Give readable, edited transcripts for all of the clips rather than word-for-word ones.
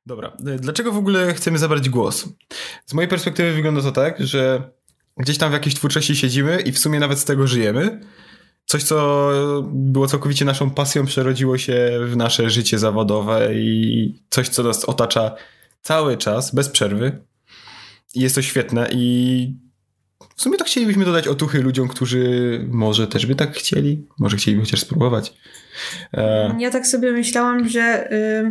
Dobra, dlaczego w ogóle chcemy zabrać głos? Z mojej perspektywy wygląda to tak, że gdzieś tam w jakiejś twórczości siedzimy i w sumie nawet z tego żyjemy. Coś, co było całkowicie naszą pasją, przerodziło się w nasze życie zawodowe i coś, co nas otacza cały czas, bez przerwy. I jest to świetne i w sumie to chcielibyśmy dodać otuchy ludziom, którzy może też by tak chcieli, może chcieliby chociaż spróbować. Ja tak sobie myślałam, że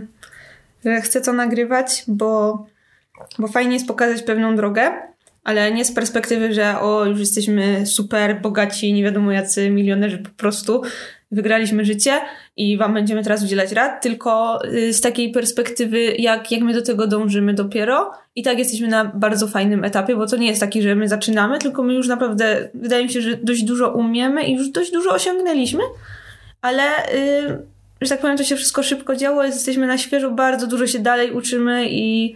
chcę to nagrywać, bo fajnie jest pokazać pewną drogę, ale nie z perspektywy, że już jesteśmy super bogaci, nie wiadomo jacy milionerzy, po prostu wygraliśmy życie i wam będziemy teraz udzielać rad, tylko z takiej perspektywy, jak my do tego dążymy dopiero i tak jesteśmy na bardzo fajnym etapie, bo to nie jest taki, że my zaczynamy, tylko my już naprawdę, wydaje mi się, że dość dużo umiemy i już dość dużo osiągnęliśmy, ale że tak powiem, to się wszystko szybko działo, jesteśmy na świeżo, bardzo dużo się dalej uczymy i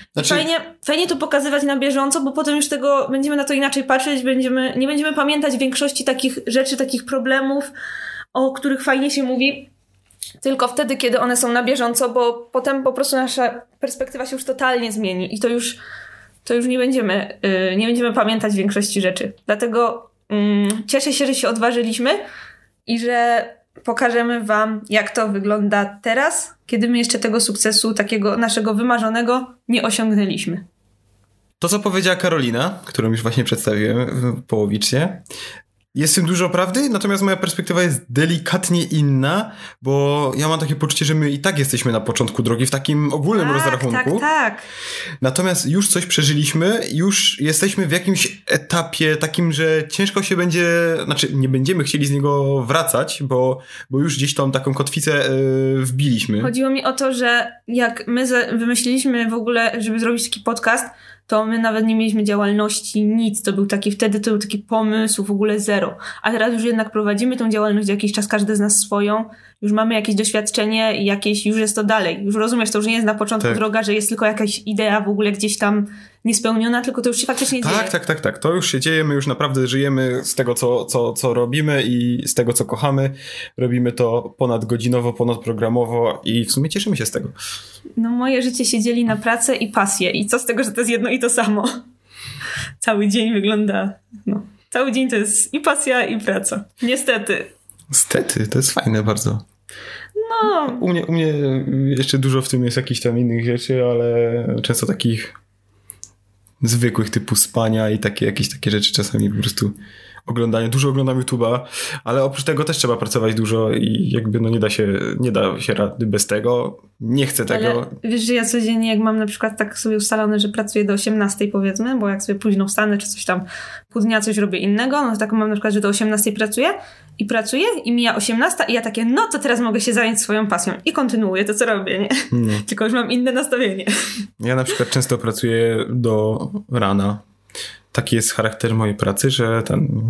fajnie to pokazywać na bieżąco, bo potem już będziemy na to inaczej patrzeć, nie będziemy pamiętać większości takich rzeczy, takich problemów, o których fajnie się mówi, tylko wtedy, kiedy one są na bieżąco, bo potem po prostu nasza perspektywa się już totalnie zmieni i to już nie będziemy pamiętać większości rzeczy. Dlatego cieszę się, że się odważyliśmy i że pokażemy wam, jak to wygląda teraz, kiedy my jeszcze tego sukcesu takiego naszego wymarzonego nie osiągnęliśmy. To, co powiedziała Karolina, którą już właśnie przedstawiłem połowicznie, jest w tym dużo prawdy, natomiast moja perspektywa jest delikatnie inna, bo ja mam takie poczucie, że my i tak jesteśmy na początku drogi w takim ogólnym rozrachunku. Tak. Natomiast już coś przeżyliśmy, już jesteśmy w jakimś etapie takim, że ciężko się będzie, nie będziemy chcieli z niego wracać, bo już gdzieś tą taką kotwicę wbiliśmy. Chodziło mi o to, że jak my wymyśliliśmy w ogóle, żeby zrobić taki podcast, to my nawet nie mieliśmy działalności, nic. Wtedy to był taki pomysł, w ogóle zero. A teraz już jednak prowadzimy tą działalność jakiś czas, każdy z nas swoją. Już mamy jakieś doświadczenie i już jest to dalej. Już rozumiesz, to już nie jest na początku droga, że jest tylko jakaś idea w ogóle gdzieś tam niespełniona, tylko to już się faktycznie dzieje. Tak. To już się dzieje, my już naprawdę żyjemy z tego, co robimy i z tego, co kochamy. Robimy to ponadgodzinowo, ponadprogramowo i w sumie cieszymy się z tego. No moje życie się dzieli na pracę i pasję. I co z tego, że to jest jedno i to samo? Cały dzień wygląda... Cały dzień to jest i pasja, i praca. Niestety, to jest fajne bardzo. No. U mnie jeszcze dużo w tym jest jakichś tam innych rzeczy, ale często takich zwykłych typu spania i jakieś takie rzeczy czasami po prostu dużo oglądam YouTube'a, ale oprócz tego też trzeba pracować dużo i jakby nie da się rady bez tego. Nie chcę tego. Ale wiesz, że ja codziennie jak mam na przykład tak sobie ustalone, że pracuję do 18 powiedzmy, bo jak sobie późno wstanę czy coś tam pół dnia coś robię innego, no to tak mam na przykład, że do 18 pracuję i mija 18 i ja takie, no to teraz mogę się zająć swoją pasją i kontynuuję to, co robię, nie? Tylko już mam inne nastawienie. Ja na przykład często pracuję do rana. Taki jest charakter mojej pracy, że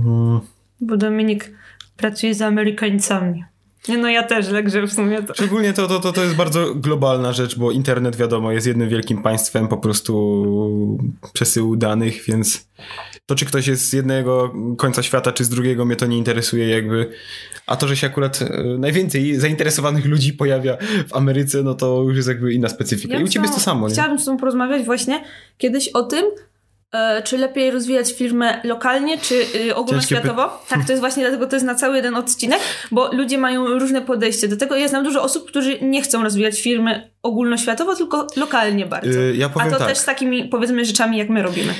Bo Dominik pracuje z Amerykańcami. Nie, no ja też, także w sumie to... Szczególnie to jest bardzo globalna rzecz, bo internet, wiadomo, jest jednym wielkim państwem po prostu przesyłu danych, więc to, czy ktoś jest z jednego końca świata, czy z drugiego, mnie to nie interesuje jakby. A to, że się akurat najwięcej zainteresowanych ludzi pojawia w Ameryce, no to już jest jakby inna specyfika. I u ciebie jest to samo, nie? Chciałabym z tobą porozmawiać właśnie kiedyś o tym, czy lepiej rozwijać firmę lokalnie, czy ogólnoświatowo. Tak, to jest właśnie dlatego, to jest na cały jeden odcinek, bo ludzie mają różne podejście do tego. Ja znam dużo osób, którzy nie chcą rozwijać firmy ogólnoświatowo, tylko lokalnie bardzo. Ja powiem też z takimi, powiedzmy, rzeczami, jak my robimy.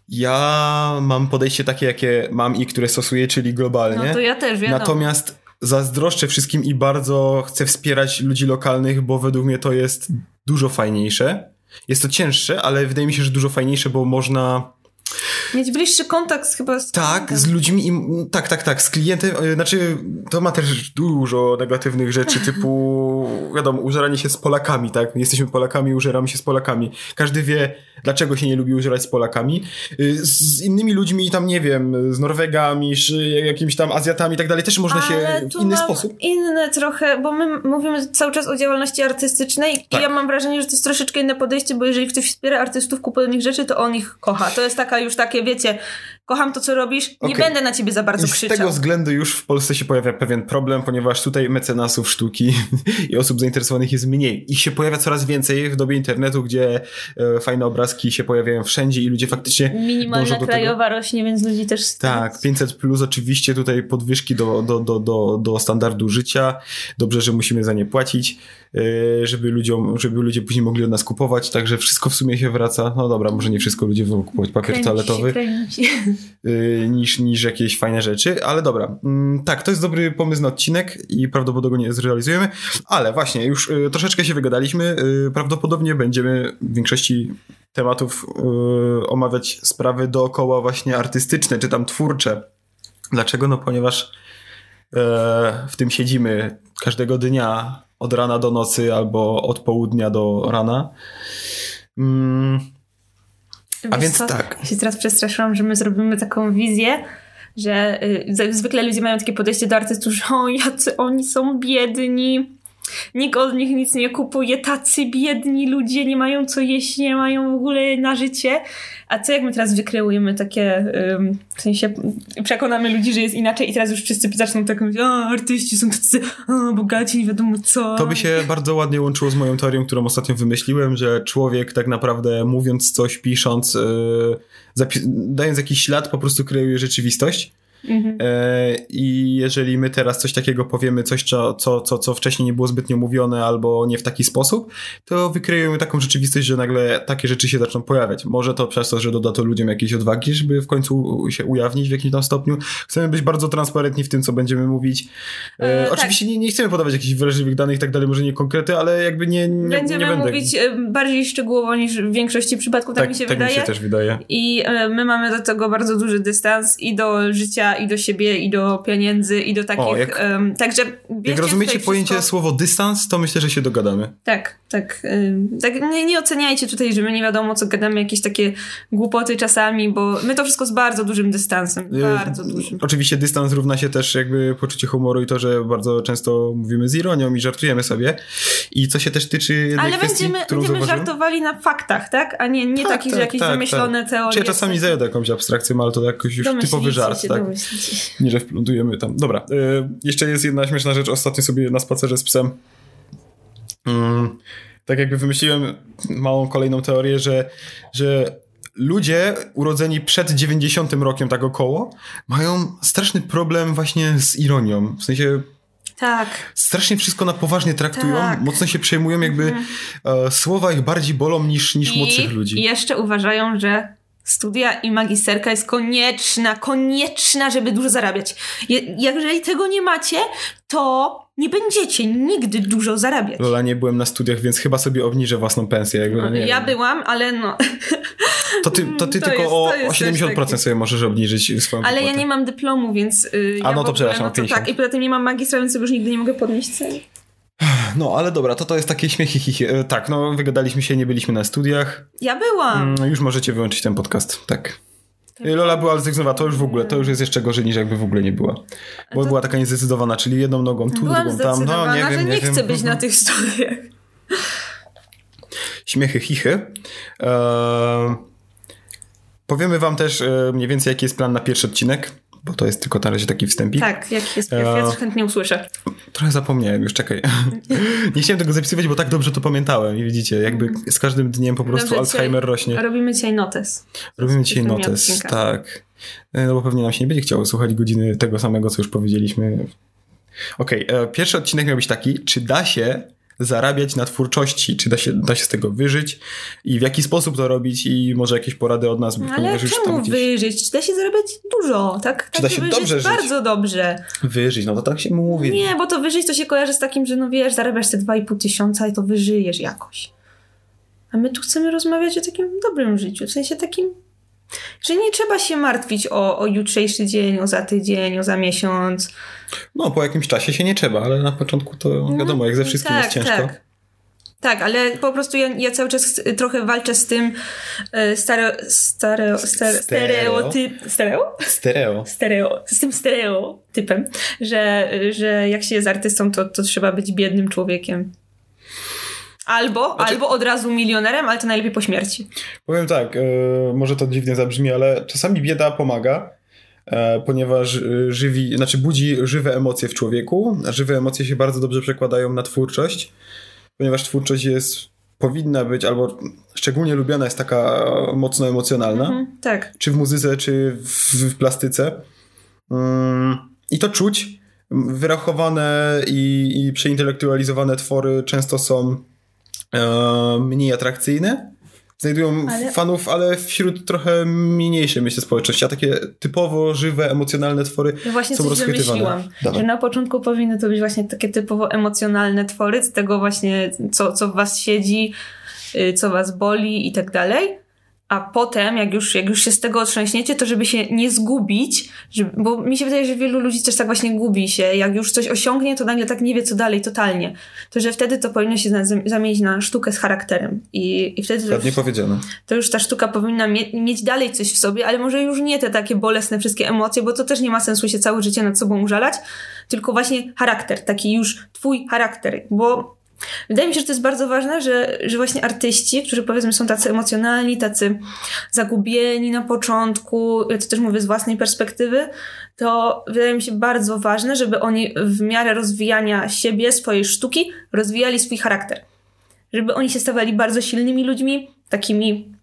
Ja mam podejście takie, jakie mam i które stosuję, czyli globalnie. No to ja też, wiadomo. Natomiast zazdroszczę wszystkim i bardzo chcę wspierać ludzi lokalnych, bo według mnie to jest dużo fajniejsze. Jest to cięższe, ale wydaje mi się, że dużo fajniejsze, bo można mieć bliższy kontakt chyba z klientem. Tak, z ludźmi tak, z klientem, to ma też dużo negatywnych rzeczy, typu wiadomo, użeranie się z Polakami, tak? Jesteśmy Polakami, użeramy się z Polakami. Każdy wie, dlaczego się nie lubi użerać z Polakami. Z innymi ludźmi tam, nie wiem, z Norwegami, jakimiś tam Azjatami i tak dalej, też można się w inny sposób. Inne trochę, bo my mówimy cały czas o działalności artystycznej i ja mam wrażenie, że to jest troszeczkę inne podejście, bo jeżeli ktoś wspiera artystów ku pewnych rzeczy, to on ich kocha. To jest taka już takie, wiecie, kocham to, co robisz, nie będę na ciebie za bardzo krzyczał. Z tego względu już w Polsce się pojawia pewien problem, ponieważ tutaj mecenasów sztuki i osób zainteresowanych jest mniej. Ich się pojawia coraz więcej w dobie internetu, gdzie fajne obrazki się pojawiają wszędzie i ludzie faktycznie minimalna krajowa rośnie, więc ludzi też... Tak, 500+, oczywiście tutaj podwyżki do standardu życia. Dobrze, że musimy za nie płacić, żeby ludzie później mogli od nas kupować, także wszystko w sumie się wraca. No dobra, może nie wszystko ludzie wolą kupować papier toaletowy niż jakieś fajne rzeczy, ale dobra. Tak, to jest dobry pomysł na odcinek i prawdopodobnie zrealizujemy, ale właśnie, już troszeczkę się wygadaliśmy. Prawdopodobnie będziemy w większości tematów omawiać sprawy dookoła właśnie artystyczne, czy tam twórcze. Dlaczego? No ponieważ w tym siedzimy każdego dnia od rana do nocy albo od południa do rana. A więc co? Tak. Ja się teraz przestraszyłam, że my zrobimy taką wizję, że zwykle ludzie mają takie podejście do artystów, że jacy oni są biedni. Nikt od nich nic nie kupuje, tacy biedni ludzie, nie mają co jeść, nie mają w ogóle na życie. A co jak my teraz wykreujemy takie, w sensie przekonamy ludzi, że jest inaczej i teraz już wszyscy zaczną tak mówić, artyści są tacy bogaci, nie wiadomo co. To by się bardzo ładnie łączyło z moją teorią, którą ostatnio wymyśliłem, że człowiek tak naprawdę mówiąc coś, pisząc, dając jakiś ślad, po prostu kreuje rzeczywistość. I jeżeli my teraz coś takiego powiemy, coś co wcześniej nie było zbytnio mówione albo nie w taki sposób, to wykreujemy taką rzeczywistość, że nagle takie rzeczy się zaczną pojawiać. Może to przez to, że doda to ludziom jakiejś odwagi, żeby w końcu się ujawnić w jakimś tam stopniu. Chcemy być bardzo transparentni w tym, co będziemy mówić. Oczywiście tak. nie chcemy podawać jakichś wrażliwych danych i tak dalej, może nie konkrety, ale jakby nie będziemy mówić bardziej szczegółowo niż w większości przypadków, tak mi się wydaje. Tak mi się też wydaje. I my mamy do tego bardzo duży dystans i do życia, i do siebie, i do pieniędzy, i do takich... także jak rozumiecie pojęcie słowo dystans, to myślę, że się dogadamy. Tak. Nie oceniajcie tutaj, że my nie wiadomo, co gadamy, jakieś takie głupoty czasami, bo my to wszystko z bardzo dużym dystansem. Bardzo dużym. Oczywiście dystans równa się też jakby poczucie humoru i to, że bardzo często mówimy z ironią i żartujemy sobie. I co się też tyczy jednej kwestii, którą będziemy żartowali na faktach, tak? A nie takich, że jakieś wymyślone teorie. Czy ja czasami zajadę jakąś abstrakcją, ale to jakoś już typowy żart, tak? Nie, że wplątujemy tam. Dobra, jeszcze jest jedna śmieszna rzecz. Ostatnio sobie na spacerze z psem tak jakby wymyśliłem małą kolejną teorię, że ludzie urodzeni przed 90 rokiem tak około mają straszny problem właśnie z ironią. W sensie tak. Strasznie wszystko na poważnie traktują, mocno się przejmują, jakby słowa ich bardziej bolą niż młodszych ludzi. I jeszcze uważają, że studia i magisterka jest konieczna, żeby dużo zarabiać. Jeżeli tego nie macie, to nie będziecie nigdy dużo zarabiać. Lola, nie byłem na studiach, więc chyba sobie obniżę własną pensję. Ja byłam, ale no... To ty tylko o 70% sobie możesz obniżyć swoją Ale wypłatę. ja nie mam dyplomu, więc... to przepraszam, 50. Tak, i poza tym nie mam magistra, więc już nigdy nie mogę podnieść ceny. No, ale dobra, to jest takie śmiechy. Tak, wygadaliśmy się, nie byliśmy na studiach. Ja byłam. Już możecie wyłączyć ten podcast, tak. Lola była zdecydowana, to już w ogóle, to już jest jeszcze gorzej niż jakby w ogóle nie była. Bo była taka niezdecydowana, czyli jedną nogą tu, drugą tam. No, nie wiem, że nie chcę być na tych studiach. Śmiechy, chichy. Powiemy wam też mniej więcej, jaki jest plan na pierwszy odcinek, bo to jest tylko na razie taki wstępik. Tak, jaki jest pierwszy, ja też chętnie usłyszę. Trochę zapomniałem, już czekaj. Nie chciałem tego zapisywać, bo tak dobrze to pamiętałem i widzicie, jakby z każdym dniem po prostu Alzheimer rośnie. Robimy dzisiaj notes. Tak. No bo pewnie nam się nie będzie chciało słuchać godziny tego samego, co już powiedzieliśmy. Okej, pierwszy odcinek miał być taki, czy da się zarabiać na twórczości, czy da się z tego wyżyć i w jaki sposób to robić i może jakieś porady od nas. Ale czemu wyżyć? Czy da się zarabiać dużo, tak? Czy da się dobrze żyć? Bardzo dobrze. Wyżyć, no to tak się mówi. Nie, bo to wyżyć to się kojarzy z takim, że no wiesz, zarabiasz te 2,5 tysiąca i to wyżyjesz jakoś. A my tu chcemy rozmawiać o takim dobrym życiu, w sensie takim, że nie trzeba się martwić o jutrzejszy dzień, o za tydzień, o za miesiąc. No, po jakimś czasie się nie trzeba, ale na początku to wiadomo, jak ze wszystkim jest ciężko. Tak, ale po prostu ja cały czas trochę walczę z tym z tym stereotypem, że jak się jest artystą, to trzeba być biednym człowiekiem. Albo od razu milionerem, ale to najlepiej po śmierci. Powiem tak, może to dziwnie zabrzmi, ale czasami bieda pomaga, ponieważ budzi żywe emocje w człowieku, a żywe emocje się bardzo dobrze przekładają na twórczość, ponieważ twórczość powinna być, albo szczególnie lubiana jest taka mocno emocjonalna. Tak. Czy w muzyce, czy w plastyce. I to czuć. Wyrachowane i przeintelektualizowane twory często są mniej atrakcyjne. Znajdują fanów, ale wśród trochę mniejszej, myślę, społeczności. A takie typowo żywe, emocjonalne twory są rozchwytywane. Że na początku powinny to być właśnie takie typowo emocjonalne twory, z tego właśnie co w was siedzi, co was boli i tak dalej. A potem, jak już się z tego otrząśniecie, to żeby się nie zgubić, bo mi się wydaje, że wielu ludzi też tak właśnie gubi się. Jak już coś osiągnie, to nagle tak nie wie, co dalej totalnie. To, że wtedy to powinno się zamienić na sztukę z charakterem. I wtedy ładnie powiedziane. To już ta sztuka powinna mieć dalej coś w sobie, ale może już nie te takie bolesne wszystkie emocje, bo to też nie ma sensu się całe życie nad sobą użalać, tylko właśnie charakter, taki już twój charakter, bo wydaje mi się, że to jest bardzo ważne, że właśnie artyści, którzy powiedzmy są tacy emocjonalni, tacy zagubieni na początku, ja to też mówię z własnej perspektywy, to wydaje mi się bardzo ważne, żeby oni w miarę rozwijania siebie, swojej sztuki, rozwijali swój charakter. Żeby oni się stawali bardzo silnymi ludźmi, takimi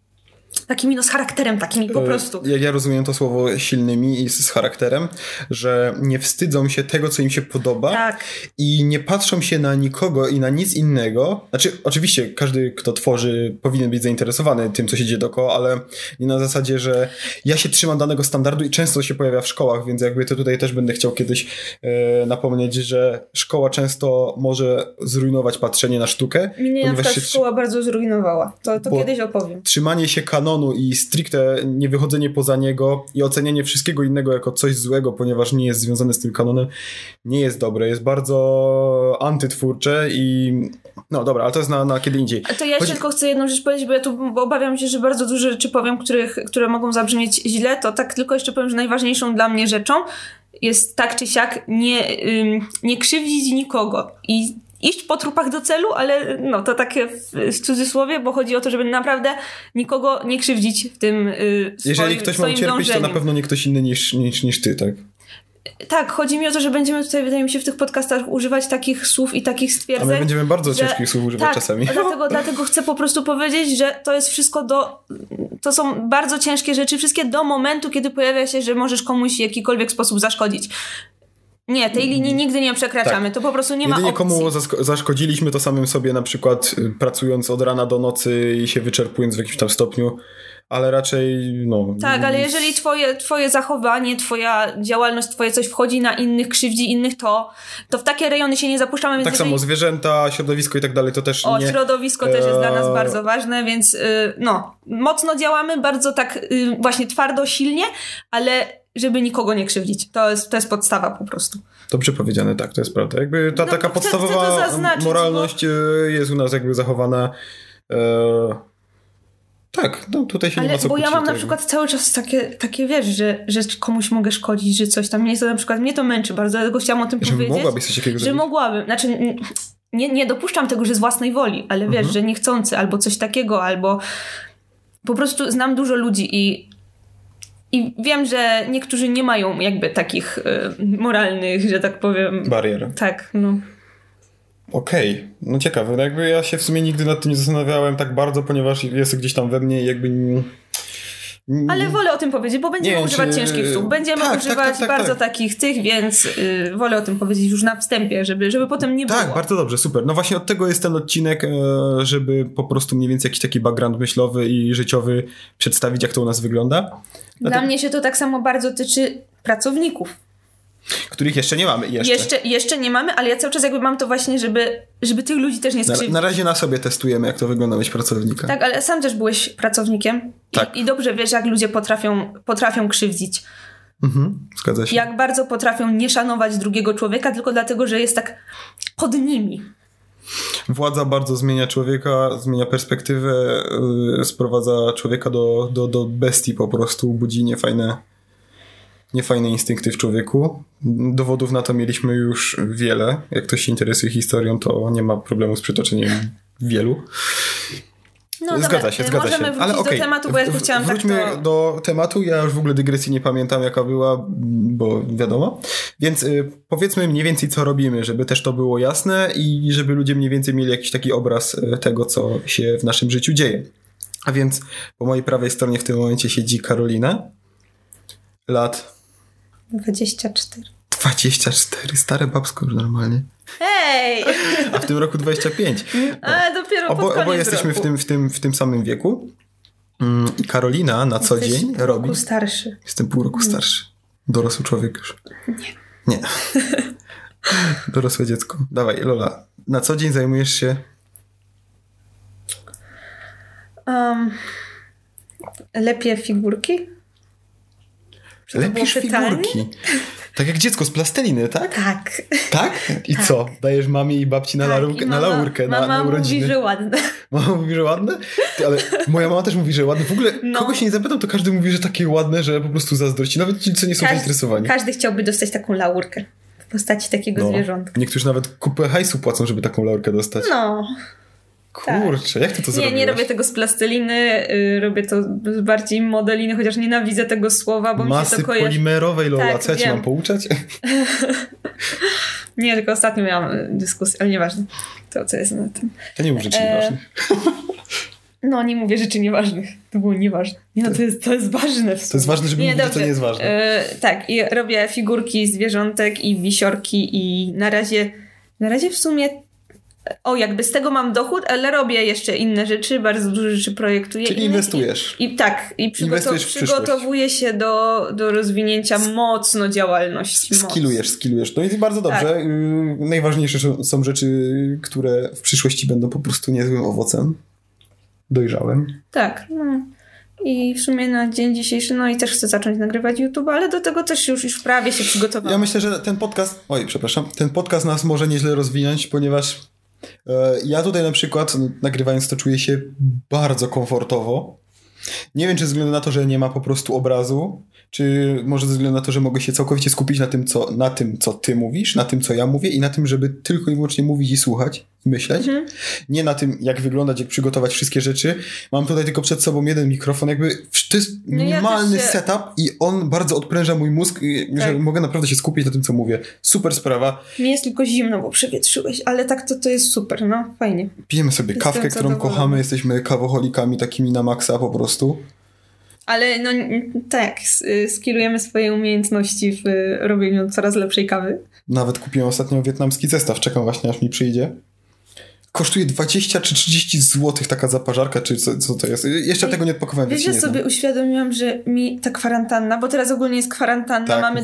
z charakterem, takimi po prostu. Ja rozumiem to słowo silnymi i z charakterem, że nie wstydzą się tego, co im się podoba i nie patrzą się na nikogo i na nic innego. Znaczy, oczywiście każdy, kto tworzy, powinien być zainteresowany tym, co się dzieje dookoła, ale nie na zasadzie, że ja się trzymam danego standardu i często się pojawia w szkołach, więc jakby to tutaj też będę chciał kiedyś napomnieć, że szkoła często może zrujnować patrzenie na sztukę. Mnie na przykład szkoła bardzo zrujnowała. To kiedyś opowiem. Trzymanie się kanonu i stricte niewychodzenie poza niego i ocenianie wszystkiego innego jako coś złego, ponieważ nie jest związane z tym kanonem, nie jest dobre. Jest bardzo antytwórcze i no dobra, ale to jest na kiedy indziej. A to ja jeszcze tylko chcę jedną rzecz powiedzieć, bo obawiam się, że bardzo dużo rzeczy powiem, które mogą zabrzmieć źle, to tak tylko jeszcze powiem, że najważniejszą dla mnie rzeczą jest tak czy siak nie krzywdzić nikogo i iść po trupach do celu, ale no to takie w cudzysłowie, bo chodzi o to, żeby naprawdę nikogo nie krzywdzić w tym jeżeli ktoś ma ucierpieć, dążeniu. To na pewno nie ktoś inny niż ty, tak? Tak, chodzi mi o to, że będziemy tutaj, wydaje mi się, w tych podcastach używać takich słów i takich stwierdzeń. A my będziemy bardzo ciężkich słów używać czasami. Dlatego chcę po prostu powiedzieć, że to jest wszystko to są bardzo ciężkie rzeczy, wszystkie do momentu, kiedy pojawia się, że możesz komuś w jakikolwiek sposób zaszkodzić. Nie, tej linii nigdy nie przekraczamy. Tak. To po prostu nie ma opcji. Jedynie komu zaszkodziliśmy, to samym sobie, na przykład pracując od rana do nocy i się wyczerpując w jakimś tam stopniu, ale raczej Tak, ale jeżeli twoje zachowanie, twoja działalność, twoje coś wchodzi na innych, krzywdzi innych, to w takie rejony się nie zapuszczamy. Więc tak samo zwierzęta, środowisko i tak dalej, to też nie... środowisko też jest dla nas bardzo ważne, więc mocno działamy, bardzo tak właśnie twardo, silnie, ale żeby nikogo nie krzywdzić. To jest podstawa po prostu. Dobrze powiedziane, tak, to jest prawda. Jakby ta taka podstawowa moralność jest u nas jakby zachowana. Tak, tutaj się nie ma co kłócić. Bo ja mam na przykład cały czas takie wiesz, że komuś mogę szkodzić, że coś tam. Mnie to męczy bardzo, dlatego chciałam o tym powiedzieć. Mogłabyś coś takiego zrobić? Że mogłabym. Znaczy nie dopuszczam tego, że z własnej woli, ale wiesz, że niechcący, albo coś takiego, albo po prostu znam dużo ludzi i wiem, że niektórzy nie mają jakby takich moralnych, że tak powiem... barier. Tak, no. Okej, no ciekawe. Jakby ja się w sumie nigdy nad tym nie zastanawiałem tak bardzo, ponieważ jest gdzieś tam we mnie i jakby... Ale wolę o tym powiedzieć, bo będziemy używać ciężkich słów. Będziemy używać bardzo takich więc wolę o tym powiedzieć już na wstępie, żeby potem nie było. Tak, bardzo dobrze, super. No właśnie od tego jest ten odcinek, żeby po prostu mniej więcej jakiś taki background myślowy i życiowy przedstawić, jak to u nas wygląda. Dla mnie się to tak samo bardzo tyczy pracowników. Których jeszcze nie mamy. Jeszcze nie mamy, ale ja cały czas jakby mam to właśnie, żeby tych ludzi też nie skrzywdzić. Na razie na sobie testujemy, jak to wygląda być pracownika. Tak, ale sam też byłeś pracownikiem. Tak. I dobrze wiesz, jak ludzie potrafią krzywdzić. Zgadza się. Jak bardzo potrafią nie szanować drugiego człowieka, tylko dlatego, że jest tak pod nimi. Władza bardzo zmienia człowieka, zmienia perspektywę, sprowadza człowieka do bestii po prostu, budzi niefajne instynkty w człowieku. Dowodów na to mieliśmy już wiele. Jak ktoś się interesuje historią, to nie ma problemu z przytoczeniem wielu. No, zgadza się. Możemy wrócić do tematu, bo ja tylko chciałam wróćmy do tematu. Ja już w ogóle dygresji nie pamiętam, jaka była, bo wiadomo. Więc powiedzmy mniej więcej, co robimy, żeby też to było jasne i żeby ludzie mniej więcej mieli jakiś taki obraz tego, co się w naszym życiu dzieje. A więc po mojej prawej stronie w tym momencie siedzi Karolina. Lat 24. 24, stare babsko już normalnie. Hej! A w tym roku 25. Ale dopiero pod koniec oboje jesteśmy roku. w tym samym wieku. I Karolina na co dzień pół robi... roku starszy. Jestem pół roku starszy. Dorosły człowiek już. Nie. Dorosłe dziecko. Dawaj, Lola. Na co dzień zajmujesz się... Lepiej figurki? Lepisz figurki. Tak jak dziecko z plasteliny, tak? Tak. Tak? I tak. co? Dajesz mamie i babci na laurkę, na urodziny? Mówi, że ładne. Mama mówi, że ładne? Ale moja mama też mówi, że ładne. W ogóle kogo się nie zapytam, to każdy mówi, że takie ładne, że po prostu zazdrości. Nawet ci, co nie są zainteresowani. Każdy chciałby dostać taką laurkę w postaci takiego zwierzątka. Niektórzy nawet kupę hajsu płacą, żeby taką laurkę dostać. No. Kurczę, jak ty to zrobiłaś? Nie robię tego z plasteliny, robię to z bardziej modeliny, chociaż nienawidzę tego słowa, bo masy mi się to kojarzy. polimerowej, Lola, tak, co ja ci mam pouczać? Nie, tylko ostatnio miałam dyskusję, ale nieważne. To, co jest na tym. To nie mów rzeczy nieważnych. No, nie mówię rzeczy nieważnych. To było nieważne. Nie, no, to jest ważne. To jest ważne, żeby mówić, że to nie jest ważne. Tak, i robię figurki zwierzątek i wisiorki i na razie w sumie jakby z tego mam dochód, ale robię jeszcze inne rzeczy, bardzo dużo rzeczy projektuję. Czyli inwestujesz. I przygotowuję się do rozwinięcia mocno działalności. Skillujesz. No i bardzo dobrze. Tak. Najważniejsze są rzeczy, które w przyszłości będą po prostu niezłym owocem. Dojrzałem. Tak, no. I w sumie na dzień dzisiejszy, no i też chcę zacząć nagrywać YouTube, ale do tego też już prawie się przygotowałam. Ja myślę, że ten podcast nas może nieźle rozwinąć, ponieważ ja tutaj na przykład nagrywając to czuję się bardzo komfortowo. Nie wiem, czy ze względu na to, że nie ma po prostu obrazu, czy może ze względu na to, że mogę się całkowicie skupić na tym, co ty mówisz, na tym, co ja mówię i na tym, żeby tylko i wyłącznie mówić i słuchać i myśleć. Nie na tym, jak wyglądać, jak przygotować wszystkie rzeczy. Mam tutaj tylko przed sobą jeden mikrofon, jakby to jest minimalny setup i on bardzo odpręża mój mózg, że mogę naprawdę się skupić na tym, co mówię. Super sprawa. Mi jest tylko zimno, bo przewietrzyłeś, ale tak to jest super, no fajnie. Pijemy sobie kawkę, którą kochamy, jesteśmy kawoholikami takimi na maksa po prostu. Ale no tak, skillujemy swoje umiejętności w robieniu coraz lepszej kawy. Nawet kupiłem ostatnio wietnamski zestaw, czekam właśnie aż mi przyjdzie. Kosztuje 20 czy 30 złotych taka zaparzarka, czy co to jest. Jeszcze tego nie odpakowałem. Wiesz, ja sobie uświadomiłam, że mi ta kwarantanna, bo teraz ogólnie jest kwarantanna, tak, mamy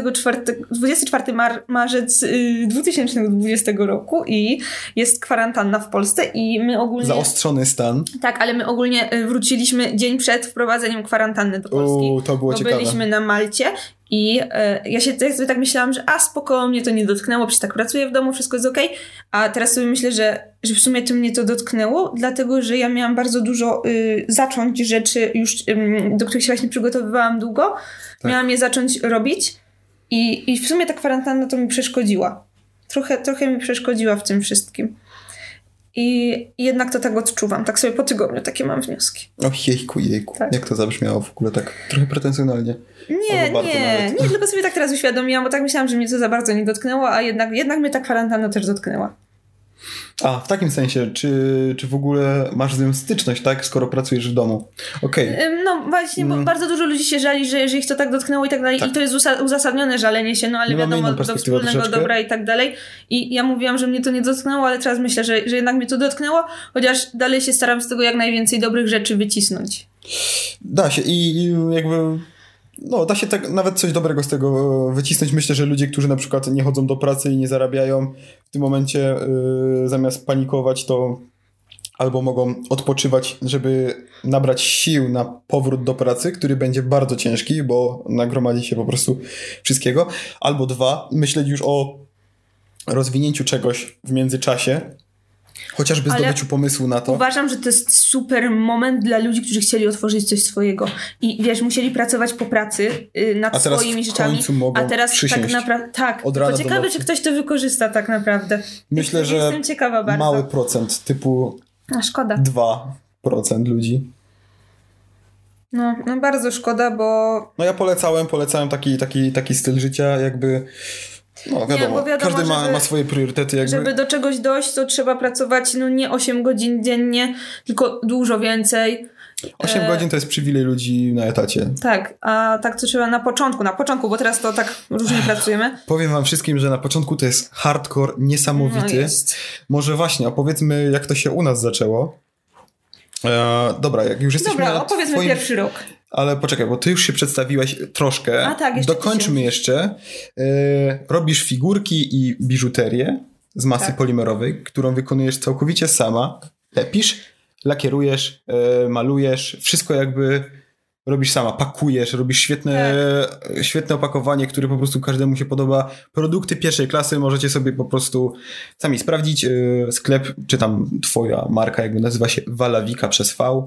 24 marzec 2020 roku i jest kwarantanna w Polsce i my ogólnie... Zaostrzony stan. Tak, ale my ogólnie wróciliśmy dzień przed wprowadzeniem kwarantanny do Polski. To było ciekawe. Byliśmy na Malcie. I ja sobie tak myślałam, że spoko, mnie to nie dotknęło, przecież tak pracuję w domu, wszystko jest okej. A teraz sobie myślę, że w sumie to mnie to dotknęło, dlatego, że ja miałam bardzo dużo zacząć rzeczy już, do których się właśnie przygotowywałam długo. Tak. Miałam je zacząć robić i w sumie ta kwarantanna to mi przeszkodziła. Trochę mi przeszkodziła w tym wszystkim. I jednak to tak odczuwam. Tak sobie po tygodniu takie mam wnioski. Jejku. Tak. Jak to zabrzmiało w ogóle tak trochę pretensjonalnie? Nie, tylko sobie tak teraz uświadomiłam, bo tak myślałam, że mnie to za bardzo nie dotknęło, a jednak mnie ta kwarantanna też dotknęła. A, w takim sensie, czy w ogóle masz z nią styczność, tak? Skoro pracujesz w domu. Okej. No właśnie, bo bardzo dużo ludzi się żali, że ich to tak dotknęło i tak dalej. Tak. I to jest uzasadnione żalenie się, no ale wiadomo, do wspólnego dobra i tak dalej. I ja mówiłam, że mnie to nie dotknęło, ale teraz myślę, że jednak mnie to dotknęło, chociaż dalej się staram z tego jak najwięcej dobrych rzeczy wycisnąć. Da się i jakby... No, da się tak nawet coś dobrego z tego wycisnąć. Myślę, że ludzie, którzy na przykład nie chodzą do pracy i nie zarabiają, w tym momencie zamiast panikować, to albo mogą odpoczywać, żeby nabrać sił na powrót do pracy, który będzie bardzo ciężki, bo nagromadzi się po prostu wszystkiego. Albo 2, myśleć już o rozwinięciu czegoś w międzyczasie, Chociażby zdobyciu pomysłu na to. Uważam, że to jest super moment dla ludzi, którzy chcieli otworzyć coś swojego. I wiesz, musieli pracować po pracy nad swoimi rzeczami. A teraz tak naprawdę. Tak, to ciekawe, czy ktoś to wykorzysta tak naprawdę. Myślę, że jestem ciekawa bardzo. mały procent, typu szkoda. 2% ludzi. No bardzo szkoda, bo... No ja polecałem taki styl życia, jakby... No wiadomo, każdy ma swoje priorytety. Jakby. Żeby do czegoś dojść, to trzeba pracować nie 8 godzin dziennie, tylko dużo więcej. 8 godzin to jest przywilej ludzi na etacie. Tak, a tak to trzeba na początku, bo teraz to tak różnie pracujemy. Powiem wam wszystkim, że na początku to jest hardcore niesamowity. Jest. Może właśnie, opowiedzmy jak to się u nas zaczęło. Dobra, jak już jesteśmy opowiedzmy pierwszy rok. Ale poczekaj, bo ty już się przedstawiłaś troszkę. A tak, dokończmy jeszcze. Robisz figurki i biżuterię z masy polimerowej, którą wykonujesz całkowicie sama. Lepisz, lakierujesz, malujesz, wszystko jakby robisz sama, pakujesz, robisz świetne opakowanie, które po prostu każdemu się podoba. Produkty pierwszej klasy możecie sobie po prostu sami sprawdzić. Sklep, czy tam twoja marka jakby nazywa się Walawika przez V.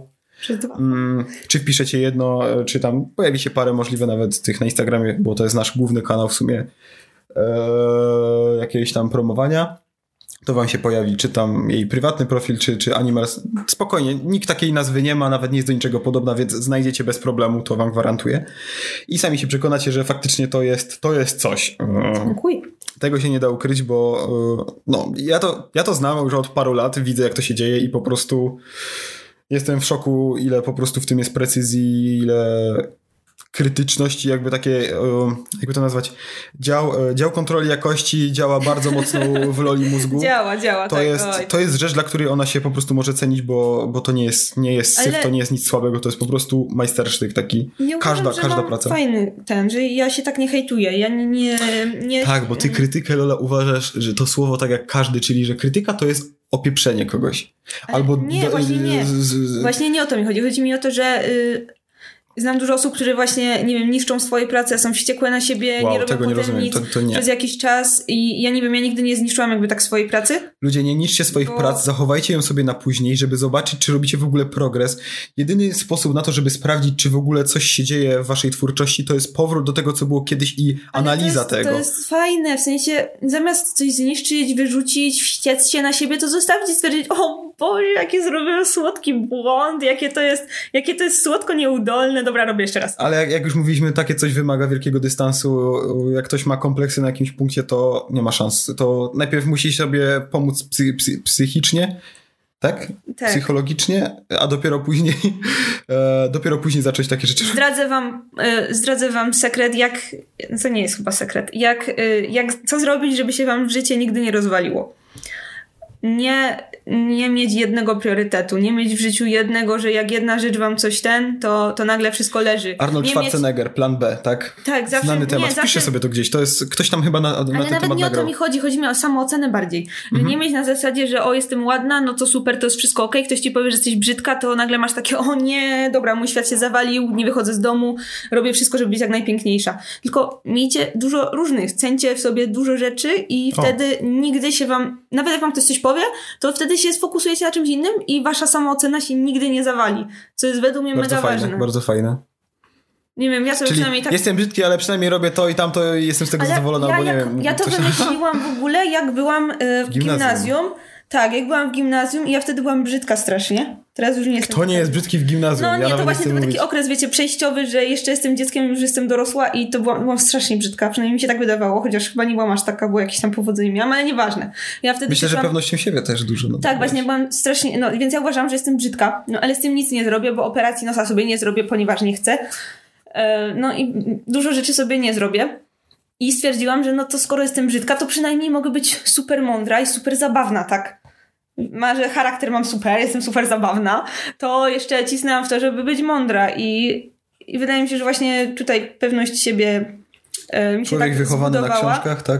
Czy wpiszecie jedno, czy tam pojawi się parę możliwe nawet tych na Instagramie, bo to jest nasz główny kanał w sumie jakiegoś tam promowania, to wam się pojawi, czy tam jej prywatny profil, czy Animals. Spokojnie, nikt takiej nazwy nie ma, nawet nie jest do niczego podobna, więc znajdziecie bez problemu, to wam gwarantuję. I sami się przekonacie, że faktycznie to jest coś. Dziękuję. Tego się nie da ukryć, bo no, ja to znam już od paru lat, widzę jak to się dzieje i po prostu jestem w szoku, ile po prostu w tym jest precyzji, ile krytyczności, jakby takie, jakby to nazwać, dział kontroli jakości działa bardzo mocno w loli mózgu. Działa, to jest rzecz, dla której ona się po prostu może cenić, bo to nie jest syf, to nie jest nic słabego, to jest po prostu majstersztyk taki. Każda praca. Fajny że ja się tak nie hejtuję, ja nie... Tak, bo ty krytykę, Lola, uważasz, że to słowo tak jak każdy, czyli że krytyka to jest opieprzenie kogoś. Albo właśnie nie. Właśnie nie o to mi chodzi. Chodzi mi o to, że znam dużo osób, które właśnie, nie wiem, niszczą swoje prace, są wściekłe na siebie, nie robią potem nic przez jakiś czas i ja nie wiem, ja nigdy nie zniszczyłam jakby tak swojej pracy. Ludzie, nie niszczcie swoich prac, zachowajcie ją sobie na później, żeby zobaczyć, czy robicie w ogóle progres. Jedyny sposób na to, żeby sprawdzić, czy w ogóle coś się dzieje w waszej twórczości, to jest powrót do tego, co było kiedyś i analiza tego. To jest fajne, w sensie zamiast coś zniszczyć, wyrzucić, wściec się na siebie, to zostawić i stwierdzić, o Boże, jakie zrobiłem słodki błąd, jakie to jest słodko nieudolne, dobra, robię jeszcze raz. Ale jak już mówiliśmy, takie coś wymaga wielkiego dystansu. Jak ktoś ma kompleksy na jakimś punkcie, to nie ma szans. To najpierw musi sobie pomóc psychicznie, tak? Psychologicznie, a dopiero później zacząć takie rzeczy. Zdradzę wam sekret, to nie jest chyba sekret, co zrobić, żeby się wam życie nigdy nie rozwaliło. Nie mieć jednego priorytetu, nie mieć w życiu jednego, że jak jedna rzecz wam coś to nagle wszystko leży. Arnold Schwarzenegger, plan B, tak? Tak, zawsze. Znany temat, wpiszę sobie to gdzieś, to jest, ktoś tam chyba na ten temat nagrał. Ale nawet nie o to mi chodzi mi o samoocenę bardziej. Że nie mieć na zasadzie, że jestem ładna, no to super, to jest wszystko okej. Ktoś ci powie, że jesteś brzydka, to nagle masz takie, o nie, dobra, mój świat się zawalił, nie wychodzę z domu, robię wszystko, żeby być jak najpiękniejsza. Tylko miejcie dużo różnych, cencie w sobie dużo rzeczy i wtedy nigdy się wam, nawet jak wam ktoś coś powie, to wtedy się sfokusujecie na czymś innym i wasza samoocena się nigdy nie zawali. Co jest według mnie mega ważne. Bardzo fajne. Nie wiem, ja sobie przynajmniej tak... Jestem brzydki, ale przynajmniej robię to i tamto i jestem z tego zadowolona, bo nie wiem... Ja to wymyśliłam w ogóle, jak byłam w gimnazjum. Tak, jak byłam w gimnazjum i ja wtedy byłam brzydka strasznie. Teraz już nie jestem. Kto nie jest brzydki w gimnazjum? No nie, to właśnie był taki okres, wiecie, przejściowy, że jeszcze jestem dzieckiem, już jestem dorosła i to byłam strasznie brzydka. Przynajmniej mi się tak wydawało, chociaż chyba nie byłam aż taka, bo jakieś tam powodzenie miałam, ale nieważne. Ja wtedy myślę, że pewnością siebie też dużo. No, tak, właśnie byłam strasznie, więc ja uważam, że jestem brzydka, ale z tym nic nie zrobię, bo operacji nosa sobie nie zrobię, ponieważ nie chcę. I dużo rzeczy sobie nie zrobię. I stwierdziłam, że to skoro jestem brzydka, to przynajmniej mogę być super mądra i super zabawna, tak? Że charakter mam super, jestem super zabawna, to jeszcze cisnęłam w to, żeby być mądra i wydaje mi się, że właśnie tutaj pewność siebie mi się tak wychowany zbudowała. na książkach, tak?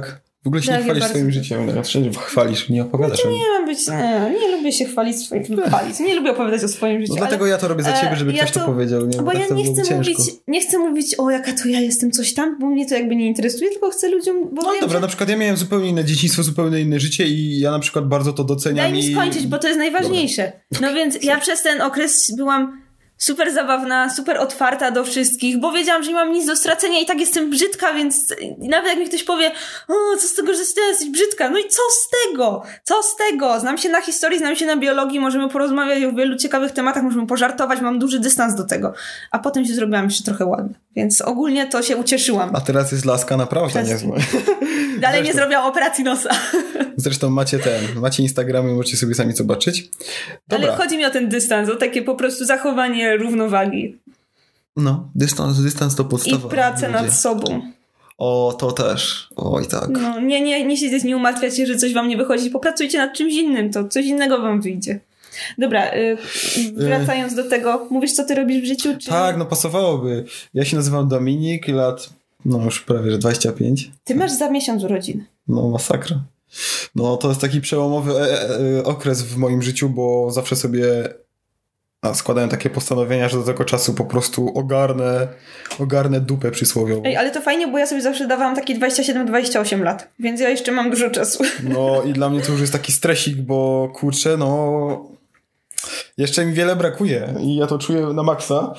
W ogóle się nie chwalisz swoim życiem. Wszędzie chwalisz, nie opowiadasz o nim. Nie mam być... Nie lubię się chwalić swoim... Nie lubię opowiadać o swoim życiu. No dlatego ja to robię za ciebie, żeby ktoś to powiedział. Nie? Bo tak ja nie chcę mówić, o jaka to ja jestem coś tam, bo mnie to jakby nie interesuje, tylko chcę ludziom... Bo no dobra, na przykład ja miałem zupełnie inne dzieciństwo, zupełnie inne życie i ja na przykład bardzo to doceniam. Daj mi skończyć, bo to jest najważniejsze. Dobra. No więc ja przez ten okres byłam super zabawna, super otwarta do wszystkich, bo wiedziałam, że nie mam nic do stracenia i tak jestem brzydka, więc nawet jak mi ktoś powie, o, co z tego, że ty jesteś brzydka? No i co z tego? Co z tego? Znam się na historii, znam się na biologii, możemy porozmawiać o wielu ciekawych tematach, możemy pożartować, mam duży dystans do tego. A potem się zrobiłam jeszcze trochę ładna. Więc ogólnie to się ucieszyłam. A teraz jest laska naprawdę niezła. Dalej nie zrobiłam operacji nosa. Zresztą macie Instagramy, możecie sobie sami zobaczyć. Dobra. Ale chodzi mi o ten dystans, o takie po prostu zachowanie równowagi. No, dystans to podstawa. I pracę nad sobą. O, to też. Oj, tak. No, nie siedzieć, nie umartwiać się, że coś wam nie wychodzi. Popracujcie nad czymś innym, to coś innego wam wyjdzie. Dobra, wracając do tego, mówisz, co ty robisz w życiu? Czy... Tak, no pasowałoby. Ja się nazywam Dominik, lat, no już prawie, że 25. Ty masz za miesiąc urodziny. No, masakra. No, to jest taki przełomowy okres w moim życiu, bo zawsze sobie składają takie postanowienia, że do tego czasu po prostu ogarnę dupę przysłowiową. Ej, ale to fajnie, bo ja sobie zawsze dawałam takie 27-28 lat, więc ja jeszcze mam dużo czasu. No i dla mnie to już jest taki stresik, bo kurczę, no jeszcze mi wiele brakuje i ja to czuję na maksa.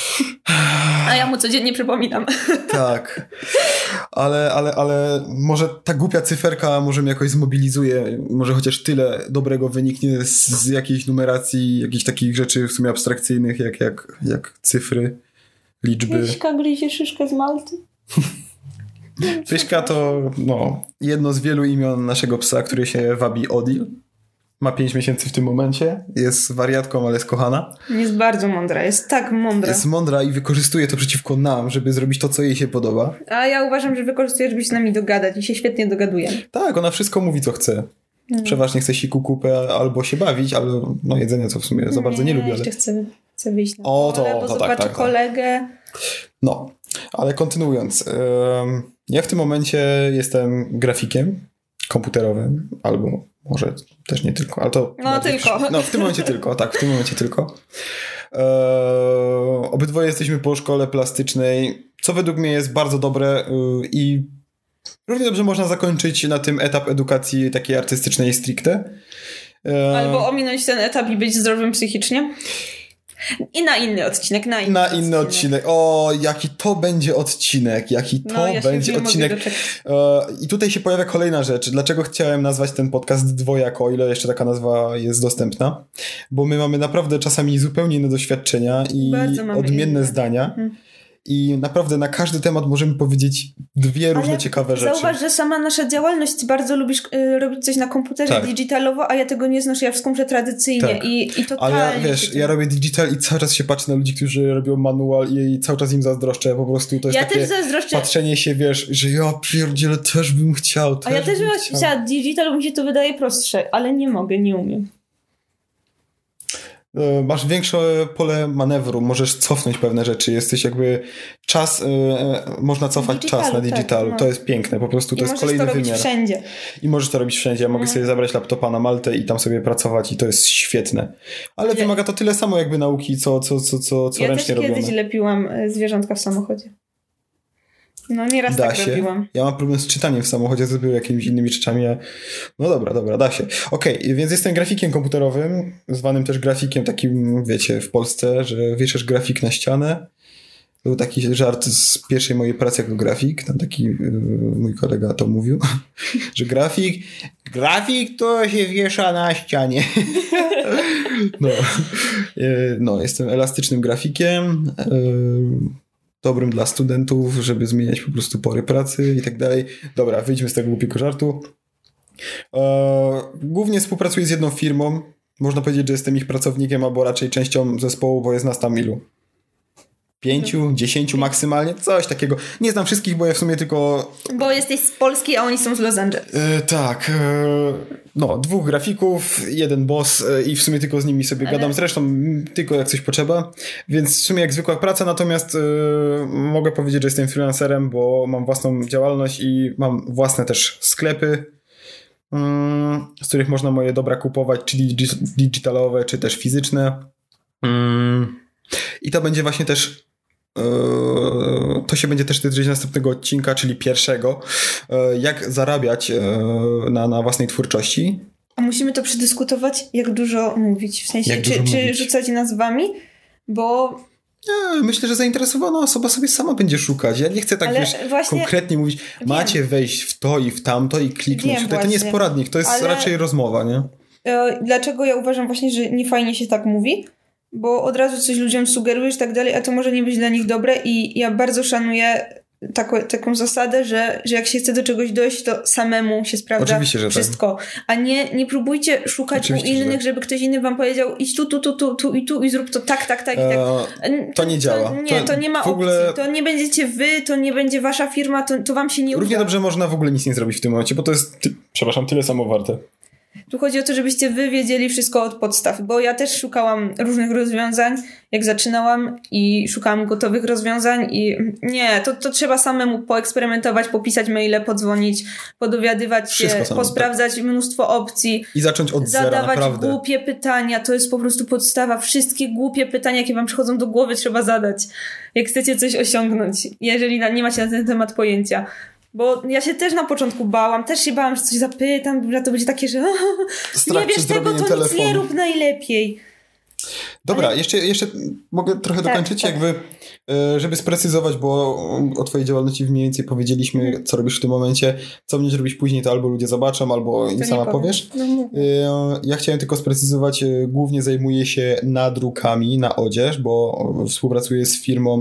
A ja mu codziennie przypominam. Tak. Ale może ta głupia cyferka może mnie jakoś zmobilizuje. Może chociaż tyle dobrego wyniknie z jakiejś numeracji, jakichś takich rzeczy w sumie abstrakcyjnych, jak cyfry, liczby. Pyszka gryzie szyszkę z Malty. Pyszka to jedno z wielu imion naszego psa, który się wabi Odil. Ma 5 miesięcy w tym momencie. Jest wariatką, ale jest kochana. Jest bardzo mądra. Jest tak mądra. Jest mądra i wykorzystuje to przeciwko nam, żeby zrobić to, co jej się podoba. A ja uważam, że wykorzystuje, żeby się z nami dogadać i się świetnie dogaduje. Tak, ona wszystko mówi, co chce. Przeważnie chce siku kupę albo się bawić, albo jedzenie, co w sumie za bardzo nie lubi. Ale... Jeszcze chcę wyjść na pole, bo zobaczy tak. kolegę. No, ale kontynuując. Ja w tym momencie jestem grafikiem komputerowym, albo może też nie tylko, ale to... tylko. No, w tym momencie tylko, tak, w tym momencie tylko. Obydwoje jesteśmy po szkole plastycznej, co według mnie jest bardzo dobre i równie dobrze można zakończyć na tym etap edukacji takiej artystycznej stricte. Albo ominąć ten etap i być zdrowym psychicznie. I na inny odcinek. Na inny odcinek. O, jaki to będzie odcinek. I tutaj się pojawia kolejna rzecz. Dlaczego chciałem nazwać ten podcast dwojako, o ile jeszcze taka nazwa jest dostępna? Bo my mamy naprawdę czasami zupełnie inne doświadczenia i odmienne zdania. I naprawdę na każdy temat możemy powiedzieć dwie różne ciekawe rzeczy. Zauważ, że sama nasza działalność, ty bardzo lubisz robić coś na komputerze digitalowo, a ja tego nie znoszę, ja wszystko muszę tradycyjnie i totalnie. Ale wiesz, ja robię digital i cały czas się patrzę na ludzi, którzy robią manual i cały czas im zazdroszczę, po prostu to jest takie patrzenie się, wiesz, że ja pierdzielę, też bym chciał. A ja też bym chciała digital, bo mi się to wydaje prostsze, ale nie mogę, nie umiem. Masz większe pole manewru, możesz cofnąć pewne rzeczy, jesteś jakby można cofać czas na digitalu, to jest piękne, po prostu to jest kolejny wymiar. I możesz to robić wszędzie. I możesz to robić wszędzie, ja mogę sobie zabrać laptopa na Maltę i tam sobie pracować i to jest świetne. Ale wymaga to tyle samo jakby nauki, co ręcznie robione. Ja też kiedyś lepiłam zwierzątka w samochodzie. No nieraz tak robiłam. Ja mam problem z czytaniem w samochodzie, z jakimiś innymi rzeczami. No dobra, da się. Okej, więc jestem grafikiem komputerowym, zwanym też grafikiem takim, wiecie, w Polsce, że wieszasz grafik na ścianę. To był taki żart z pierwszej mojej pracy jako grafik. Tam taki mój kolega to mówił, że grafik to się wiesza na ścianie. No, jestem elastycznym grafikiem. Dobrym dla studentów, żeby zmieniać po prostu pory pracy i tak dalej. Dobra, wyjdźmy z tego głupiego żartu. Głównie współpracuję z jedną firmą. Można powiedzieć, że jestem ich pracownikiem, albo raczej częścią zespołu, bo jest nas tam ilu? 5, 10 maksymalnie, coś takiego. Nie znam wszystkich, bo ja w sumie tylko... Bo jesteś z Polski, a oni są z Los Angeles. Tak. 2 grafików, 1 boss i w sumie tylko z nimi sobie gadam. Zresztą tylko jak coś potrzeba. Więc w sumie jak zwykła praca, natomiast mogę powiedzieć, że jestem freelancerem, bo mam własną działalność i mam własne też sklepy, z których można moje dobra kupować, czy digitalowe, czy też fizyczne. I to będzie właśnie też to się będzie też tyczyć następnego odcinka, czyli pierwszego, jak zarabiać na własnej twórczości. A musimy to przedyskutować, jak dużo mówić, w sensie, czy rzucać nazwami, bo... Myślę, że zainteresowana osoba sobie sama będzie szukać. Ja nie chcę tak konkretnie mówić, macie wejść w to i w tamto i kliknąć. To nie jest poradnik, to jest raczej rozmowa, nie? Dlaczego ja uważam właśnie, że nie fajnie się tak mówi? Bo od razu coś ludziom sugerujesz i tak dalej, a to może nie być dla nich dobre i ja bardzo szanuję taką zasadę, że jak się chce do czegoś dojść, to samemu się sprawdza wszystko. Tak. A nie próbujcie szukać u innych, żeby ktoś inny wam powiedział idź tu i zrób to tak. To nie działa. To nie ma opcji. To nie będziecie wy, to nie będzie wasza firma, to wam się nie uda. Równie dobrze można w ogóle nic nie zrobić w tym momencie, bo to jest, tyle samo warte. Tu chodzi o to, żebyście wy wiedzieli wszystko od podstaw, bo ja też szukałam różnych rozwiązań, jak zaczynałam i szukałam gotowych rozwiązań i nie, to trzeba samemu poeksperymentować, popisać maile, podzwonić, podowiadywać się, posprawdzać mnóstwo opcji. I zacząć od zera, zadawać naprawdę. Głupie pytania, to jest po prostu podstawa. Wszystkie głupie pytania, jakie wam przychodzą do głowy, trzeba zadać, jak chcecie coś osiągnąć, jeżeli nie macie na ten temat pojęcia. Bo ja się też na początku bałam, że coś zapytam, że to będzie takie, że nie wiesz tego, to telefonu. Nic nie rób najlepiej. Dobra, jeszcze mogę trochę dokończyć, jakby, żeby sprecyzować, bo o twojej działalności mniej więcej powiedzieliśmy, co robisz w tym momencie, co będziesz robić później, to albo ludzie zobaczą, albo im sama powiesz. Ja chciałem tylko sprecyzować, głównie zajmuję się nadrukami na odzież, bo współpracuję z firmą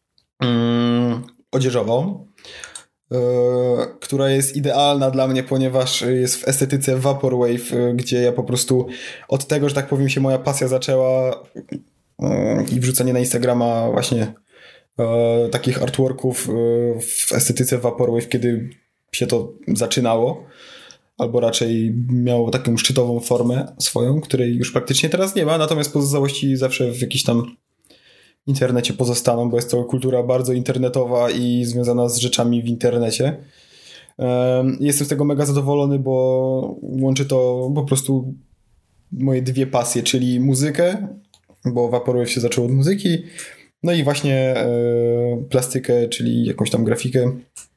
odzieżową, która jest idealna dla mnie, ponieważ jest w estetyce Vaporwave, gdzie ja po prostu od tego, że tak powiem, się moja pasja zaczęła i wrzucanie na Instagrama właśnie takich artworków w estetyce Vaporwave, kiedy się to zaczynało, albo raczej miało taką szczytową formę swoją, której już praktycznie teraz nie ma, natomiast pozostałości zawsze w jakiś tam internecie pozostaną, bo jest to kultura bardzo internetowa i związana z rzeczami w internecie. Jestem z tego mega zadowolony, bo łączy to po prostu moje 2 pasje, czyli muzykę, bo Vaporwave się zaczął od muzyki, no i właśnie plastykę, czyli jakąś tam grafikę.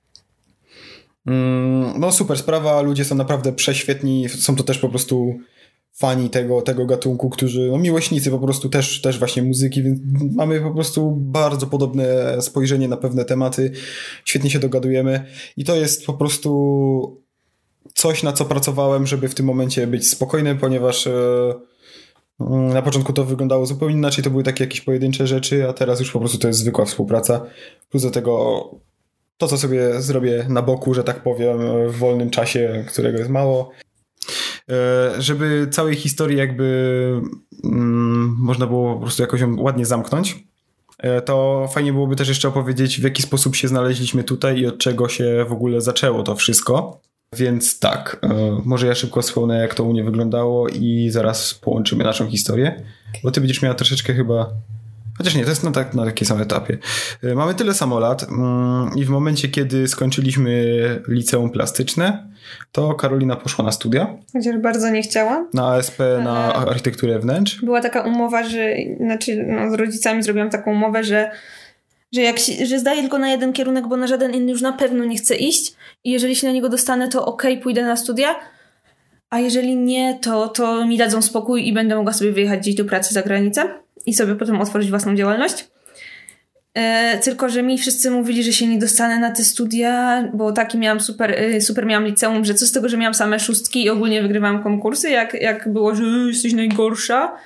No super sprawa, ludzie są naprawdę prześwietni, są to też po prostu fani tego gatunku, którzy, miłośnicy po prostu też właśnie muzyki, więc mamy po prostu bardzo podobne spojrzenie na pewne tematy, świetnie się dogadujemy i to jest po prostu coś, na co pracowałem, żeby w tym momencie być spokojny, ponieważ na początku to wyglądało zupełnie inaczej, to były takie jakieś pojedyncze rzeczy, a teraz już po prostu to jest zwykła współpraca, plus do tego to, co sobie zrobię na boku, że tak powiem, w wolnym czasie, którego jest mało. Żeby całej historii jakby można było po prostu jakoś ją ładnie zamknąć, to fajnie byłoby też jeszcze opowiedzieć, w jaki sposób się znaleźliśmy tutaj i od czego się w ogóle zaczęło to wszystko. Więc tak, może ja szybko wspomnę, jak to u mnie wyglądało i zaraz połączymy naszą historię, bo ty będziesz miała troszeczkę chyba... Chociaż nie, to jest na takim samym etapie. Mamy tyle samo lat i w momencie, kiedy skończyliśmy liceum plastyczne, to Karolina poszła na studia. Chociaż bardzo nie chciała. Na ASP, na architekturę wnętrz. Była taka umowa, że z rodzicami zrobiłam taką umowę, że zdaję tylko na jeden kierunek, bo na żaden inny już na pewno nie chcę iść i jeżeli się na niego dostanę, to okej, pójdę na studia, a jeżeli nie, to mi dadzą spokój i będę mogła sobie wyjechać gdzieś do pracy za granicę i sobie potem otworzyć własną działalność. Tylko, że mi wszyscy mówili, że się nie dostanę na te studia, bo taki miałam super miałam liceum, że co z tego, że miałam same 6 i ogólnie wygrywałam konkursy, jak było, że jesteś najgorsza.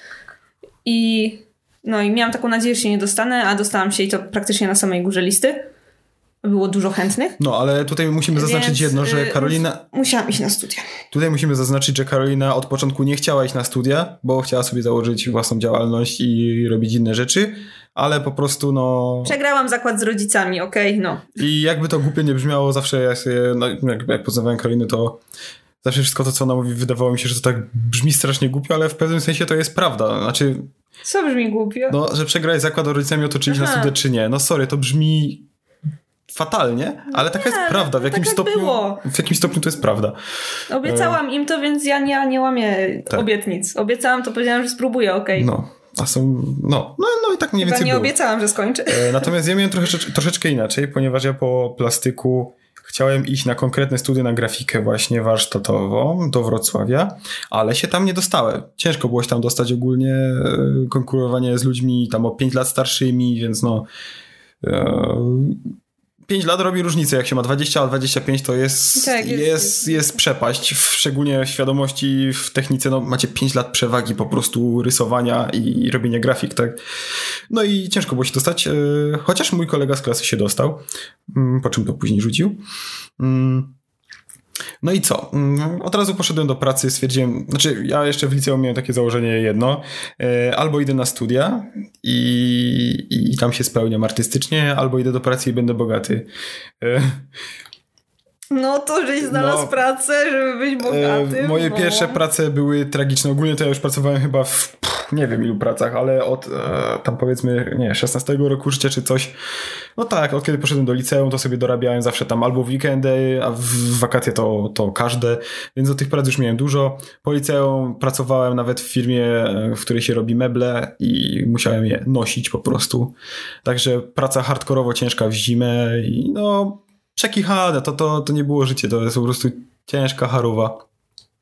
I miałam taką nadzieję, że się nie dostanę, a dostałam się i to praktycznie na samej górze listy. było dużo chętnych. No, ale tutaj musimy zaznaczyć jedno, że Karolina... Musiałam iść na studia. Tutaj musimy zaznaczyć, że Karolina od początku nie chciała iść na studia, bo chciała sobie założyć własną działalność i robić inne rzeczy, ale po prostu Przegrałam zakład z rodzicami, no. I jakby to głupio nie brzmiało, zawsze ja się, jak poznawałem Karolinę, to zawsze wszystko to, co ona mówi, wydawało mi się, że to tak brzmi strasznie głupio, ale w pewnym sensie to jest prawda. Znaczy... Co brzmi głupio? Że przegrałeś zakład z rodzicami o to, czy iść na studia, czy nie. Sorry, to brzmi... fatalnie, ale taka jest prawda. W jakimś stopniu to jest prawda. Obiecałam im to, więc ja nie łamię obietnic. Obiecałam, to powiedziałam, że spróbuję, okej. A są... No i tak mniej więcej nie było. Obiecałam, że skończę. Natomiast ja miałem troszeczkę inaczej, ponieważ ja po plastyku chciałem iść na konkretne studia na grafikę właśnie warsztatową do Wrocławia, ale się tam nie dostałem. Ciężko było się tam dostać ogólnie. Konkurowanie z ludźmi tam o 5 lat starszymi, więc 5 lat robi różnicę, jak się ma 20, a 25 to jest przepaść, szczególnie w świadomości, w technice, macie 5 lat przewagi po prostu rysowania i robienia grafik, tak? No i ciężko było się dostać, chociaż mój kolega z klasy się dostał, po czym to później rzucił. No i co? Od razu poszedłem do pracy, stwierdziłem, ja jeszcze w liceum miałem takie założenie jedno, albo idę na studia i tam się spełniam artystycznie, albo idę do pracy i będę bogaty. No to żeś znalazł pracę, żeby być bogatym. Moje pierwsze prace były tragiczne. Ogólnie to ja już pracowałem chyba w nie wiem ilu pracach, ale od tam powiedzmy 16 roku życia czy coś. No tak, od kiedy poszedłem do liceum, to sobie dorabiałem zawsze tam albo w weekendy, a w wakacje to każde. Więc do tych prac już miałem dużo. Po liceum pracowałem nawet w firmie, w której się robi meble i musiałem je nosić po prostu. Także praca hardkorowo ciężka w zimę i przekichane, to nie było życie, to jest po prostu ciężka charuwa.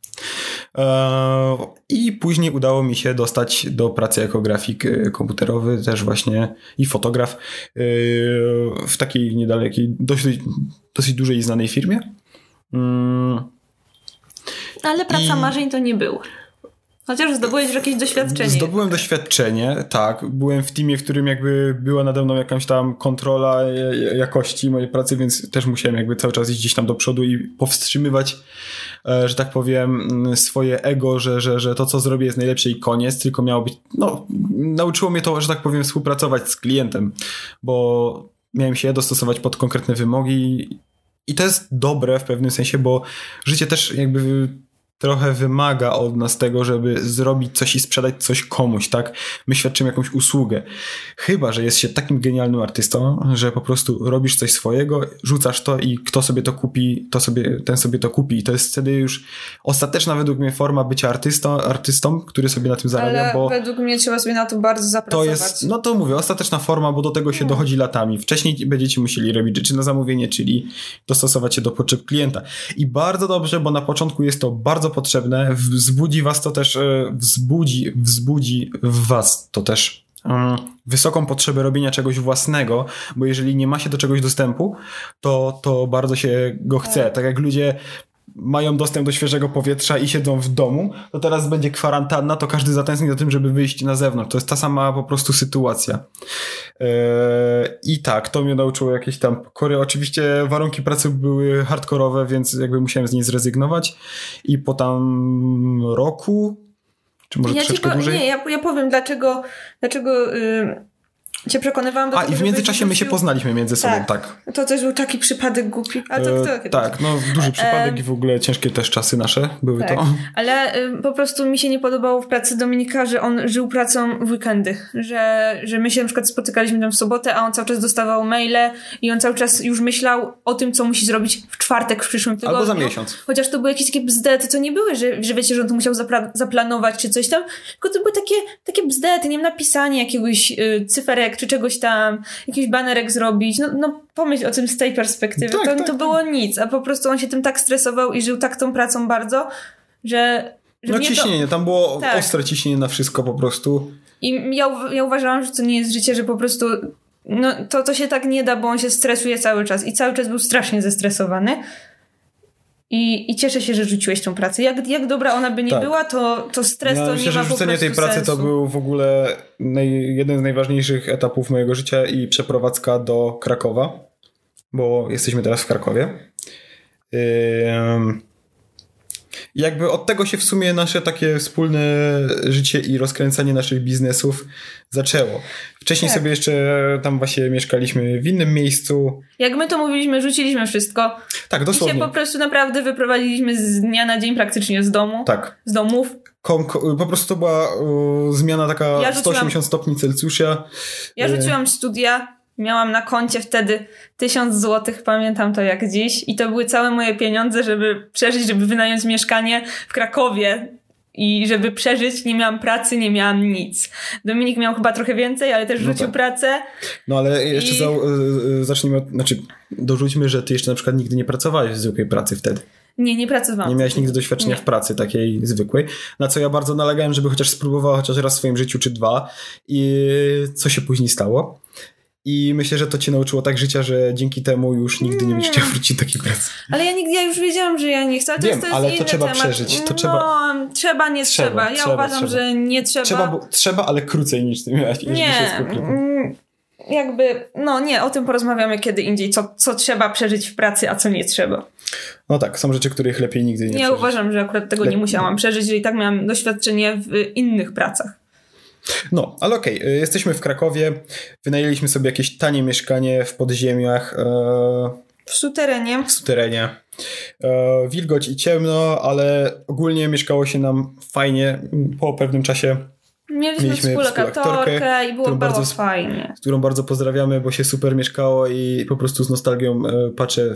I później udało mi się dostać do pracy jako grafik komputerowy, też właśnie i fotograf w takiej niedalekiej, dosyć dużej i znanej firmie. Ale praca marzeń to nie było. Chociaż zdobyłeś już jakieś doświadczenie. Zdobyłem doświadczenie, tak. Byłem w teamie, w którym jakby była nade mną jakaś tam kontrola jakości mojej pracy, więc też musiałem jakby cały czas iść gdzieś tam do przodu i powstrzymywać, że tak powiem, swoje ego, że to, co zrobię, jest najlepsze i koniec, tylko miało być, nauczyło mnie to, że tak powiem, współpracować z klientem, bo miałem się dostosować pod konkretne wymogi i to jest dobre w pewnym sensie, bo życie też jakby trochę wymaga od nas tego, żeby zrobić coś i sprzedać coś komuś, tak? My świadczymy jakąś usługę. Chyba że jest się takim genialnym artystą, że po prostu robisz coś swojego, rzucasz to i kto sobie to kupi, ten sobie to kupi. I to jest wtedy już ostateczna według mnie forma bycia artystą, który sobie na tym zarabia, ale bo według mnie trzeba sobie na to bardzo zapracować. To jest, to mówię, ostateczna forma, bo do tego się dochodzi latami. Wcześniej będziecie musieli robić rzeczy na zamówienie, czyli dostosować się do potrzeb klienta. I bardzo dobrze, bo na początku jest to bardzo potrzebne, wzbudzi was to też, wzbudzi w was to też wysoką potrzebę robienia czegoś własnego, bo jeżeli nie ma się do czegoś dostępu, to bardzo się go chce. Tak jak ludzie mają dostęp do świeżego powietrza i siedzą w domu, to teraz będzie kwarantanna, to każdy zatęskni za tym, żeby wyjść na zewnątrz. To jest ta sama po prostu sytuacja. I tak, to mnie nauczyło jakieś tam pokory. Oczywiście warunki pracy były hardkorowe, więc jakby musiałem z niej zrezygnować i po tam roku, czy może troszeczkę dłużej? Nie, ja powiem dlaczego cię przekonywałam do tego, i w międzyczasie my się poznaliśmy między sobą, tak. To też był taki przypadek głupi. A to kto? Tak, duży przypadek i w ogóle ciężkie też czasy nasze były to. Ale po prostu mi się nie podobało w pracy Dominika, że on żył pracą w weekendy. Że my się na przykład spotykaliśmy tam w sobotę, a on cały czas dostawał maile i on cały czas już myślał o tym, co musi zrobić w czwartek w przyszłym tygodniu. Albo za miesiąc. Chociaż to były jakieś takie bzdety, co nie były, że wiecie, że on to musiał zaplanować czy coś tam, tylko to były takie bzdety, nie wiem, napisanie jakiegoś cyferek czy czegoś tam, jakiś banerek zrobić. No pomyśl o tym z tej perspektywy. To było nic, a po prostu on się tym tak stresował i żył tak tą pracą bardzo, że ciśnienie, tam było ostre ciśnienie na wszystko po prostu. I ja uważałam, że to nie jest życie, że po prostu to się tak nie da, bo on się stresuje cały czas i cały czas był strasznie zestresowany. I cieszę się, że rzuciłeś tą pracę. Jak dobra ona by nie była, to stres to myślę, nie ma że po rzucenie tej pracy sensu. to był w ogóle jeden z najważniejszych etapów mojego życia i przeprowadzka do Krakowa. bo jesteśmy teraz w Krakowie. Jakby od tego się w sumie nasze takie wspólne życie i rozkręcanie naszych biznesów zaczęło. Wcześniej sobie jeszcze tam właśnie mieszkaliśmy w innym miejscu. Jak my to mówiliśmy, rzuciliśmy wszystko. Tak, dosłownie. I się po prostu naprawdę wyprowadziliśmy z dnia na dzień praktycznie z domu. Tak. Z domów. Po prostu to była zmiana taka 180 stopni Celsjusza. Ja rzuciłam studia. Miałam na koncie wtedy 1000 złotych, pamiętam to jak dziś. I to były całe moje pieniądze, żeby przeżyć, żeby wynająć mieszkanie w Krakowie. I żeby przeżyć, nie miałam pracy, nie miałam nic. Dominik miał chyba trochę więcej, ale też rzucił pracę. No ale jeszcze zacznijmy dorzućmy, że ty jeszcze na przykład nigdy nie pracowałeś w zwykłej pracy wtedy. Nie pracowałam. Nie miałeś nigdy doświadczenia w pracy takiej zwykłej, na co ja bardzo nalegałem, żeby chociaż spróbowała chociaż raz w swoim życiu czy dwa. I co się później stało? I myślę, że to cię nauczyło tak życia, że dzięki temu już nigdy nie będziesz chciał wrócić do takiej pracy. Ale ja już wiedziałam, że ja nie chcę. Ale wiem, to jest ale inny to trzeba temat. przeżyć. To trzeba, nie trzeba. Ja uważam, że nie trzeba. Trzeba, ale krócej niż ty miałaś. O tym porozmawiamy kiedy indziej. Co trzeba przeżyć w pracy, a co nie trzeba. No tak, są rzeczy, których lepiej nigdy nie przeżyć. Ja uważam, że akurat tego nie musiałam przeżyć, że i tak miałam doświadczenie w innych pracach. No, ale okej, jesteśmy w Krakowie, wynajęliśmy sobie jakieś tanie mieszkanie w podziemiach. W suterenie. Wilgoć i ciemno, ale ogólnie mieszkało się nam fajnie. Po pewnym czasie mieliśmy współlokatorkę i było bardzo fajnie. Którą bardzo pozdrawiamy, bo się super mieszkało i po prostu z nostalgią patrzę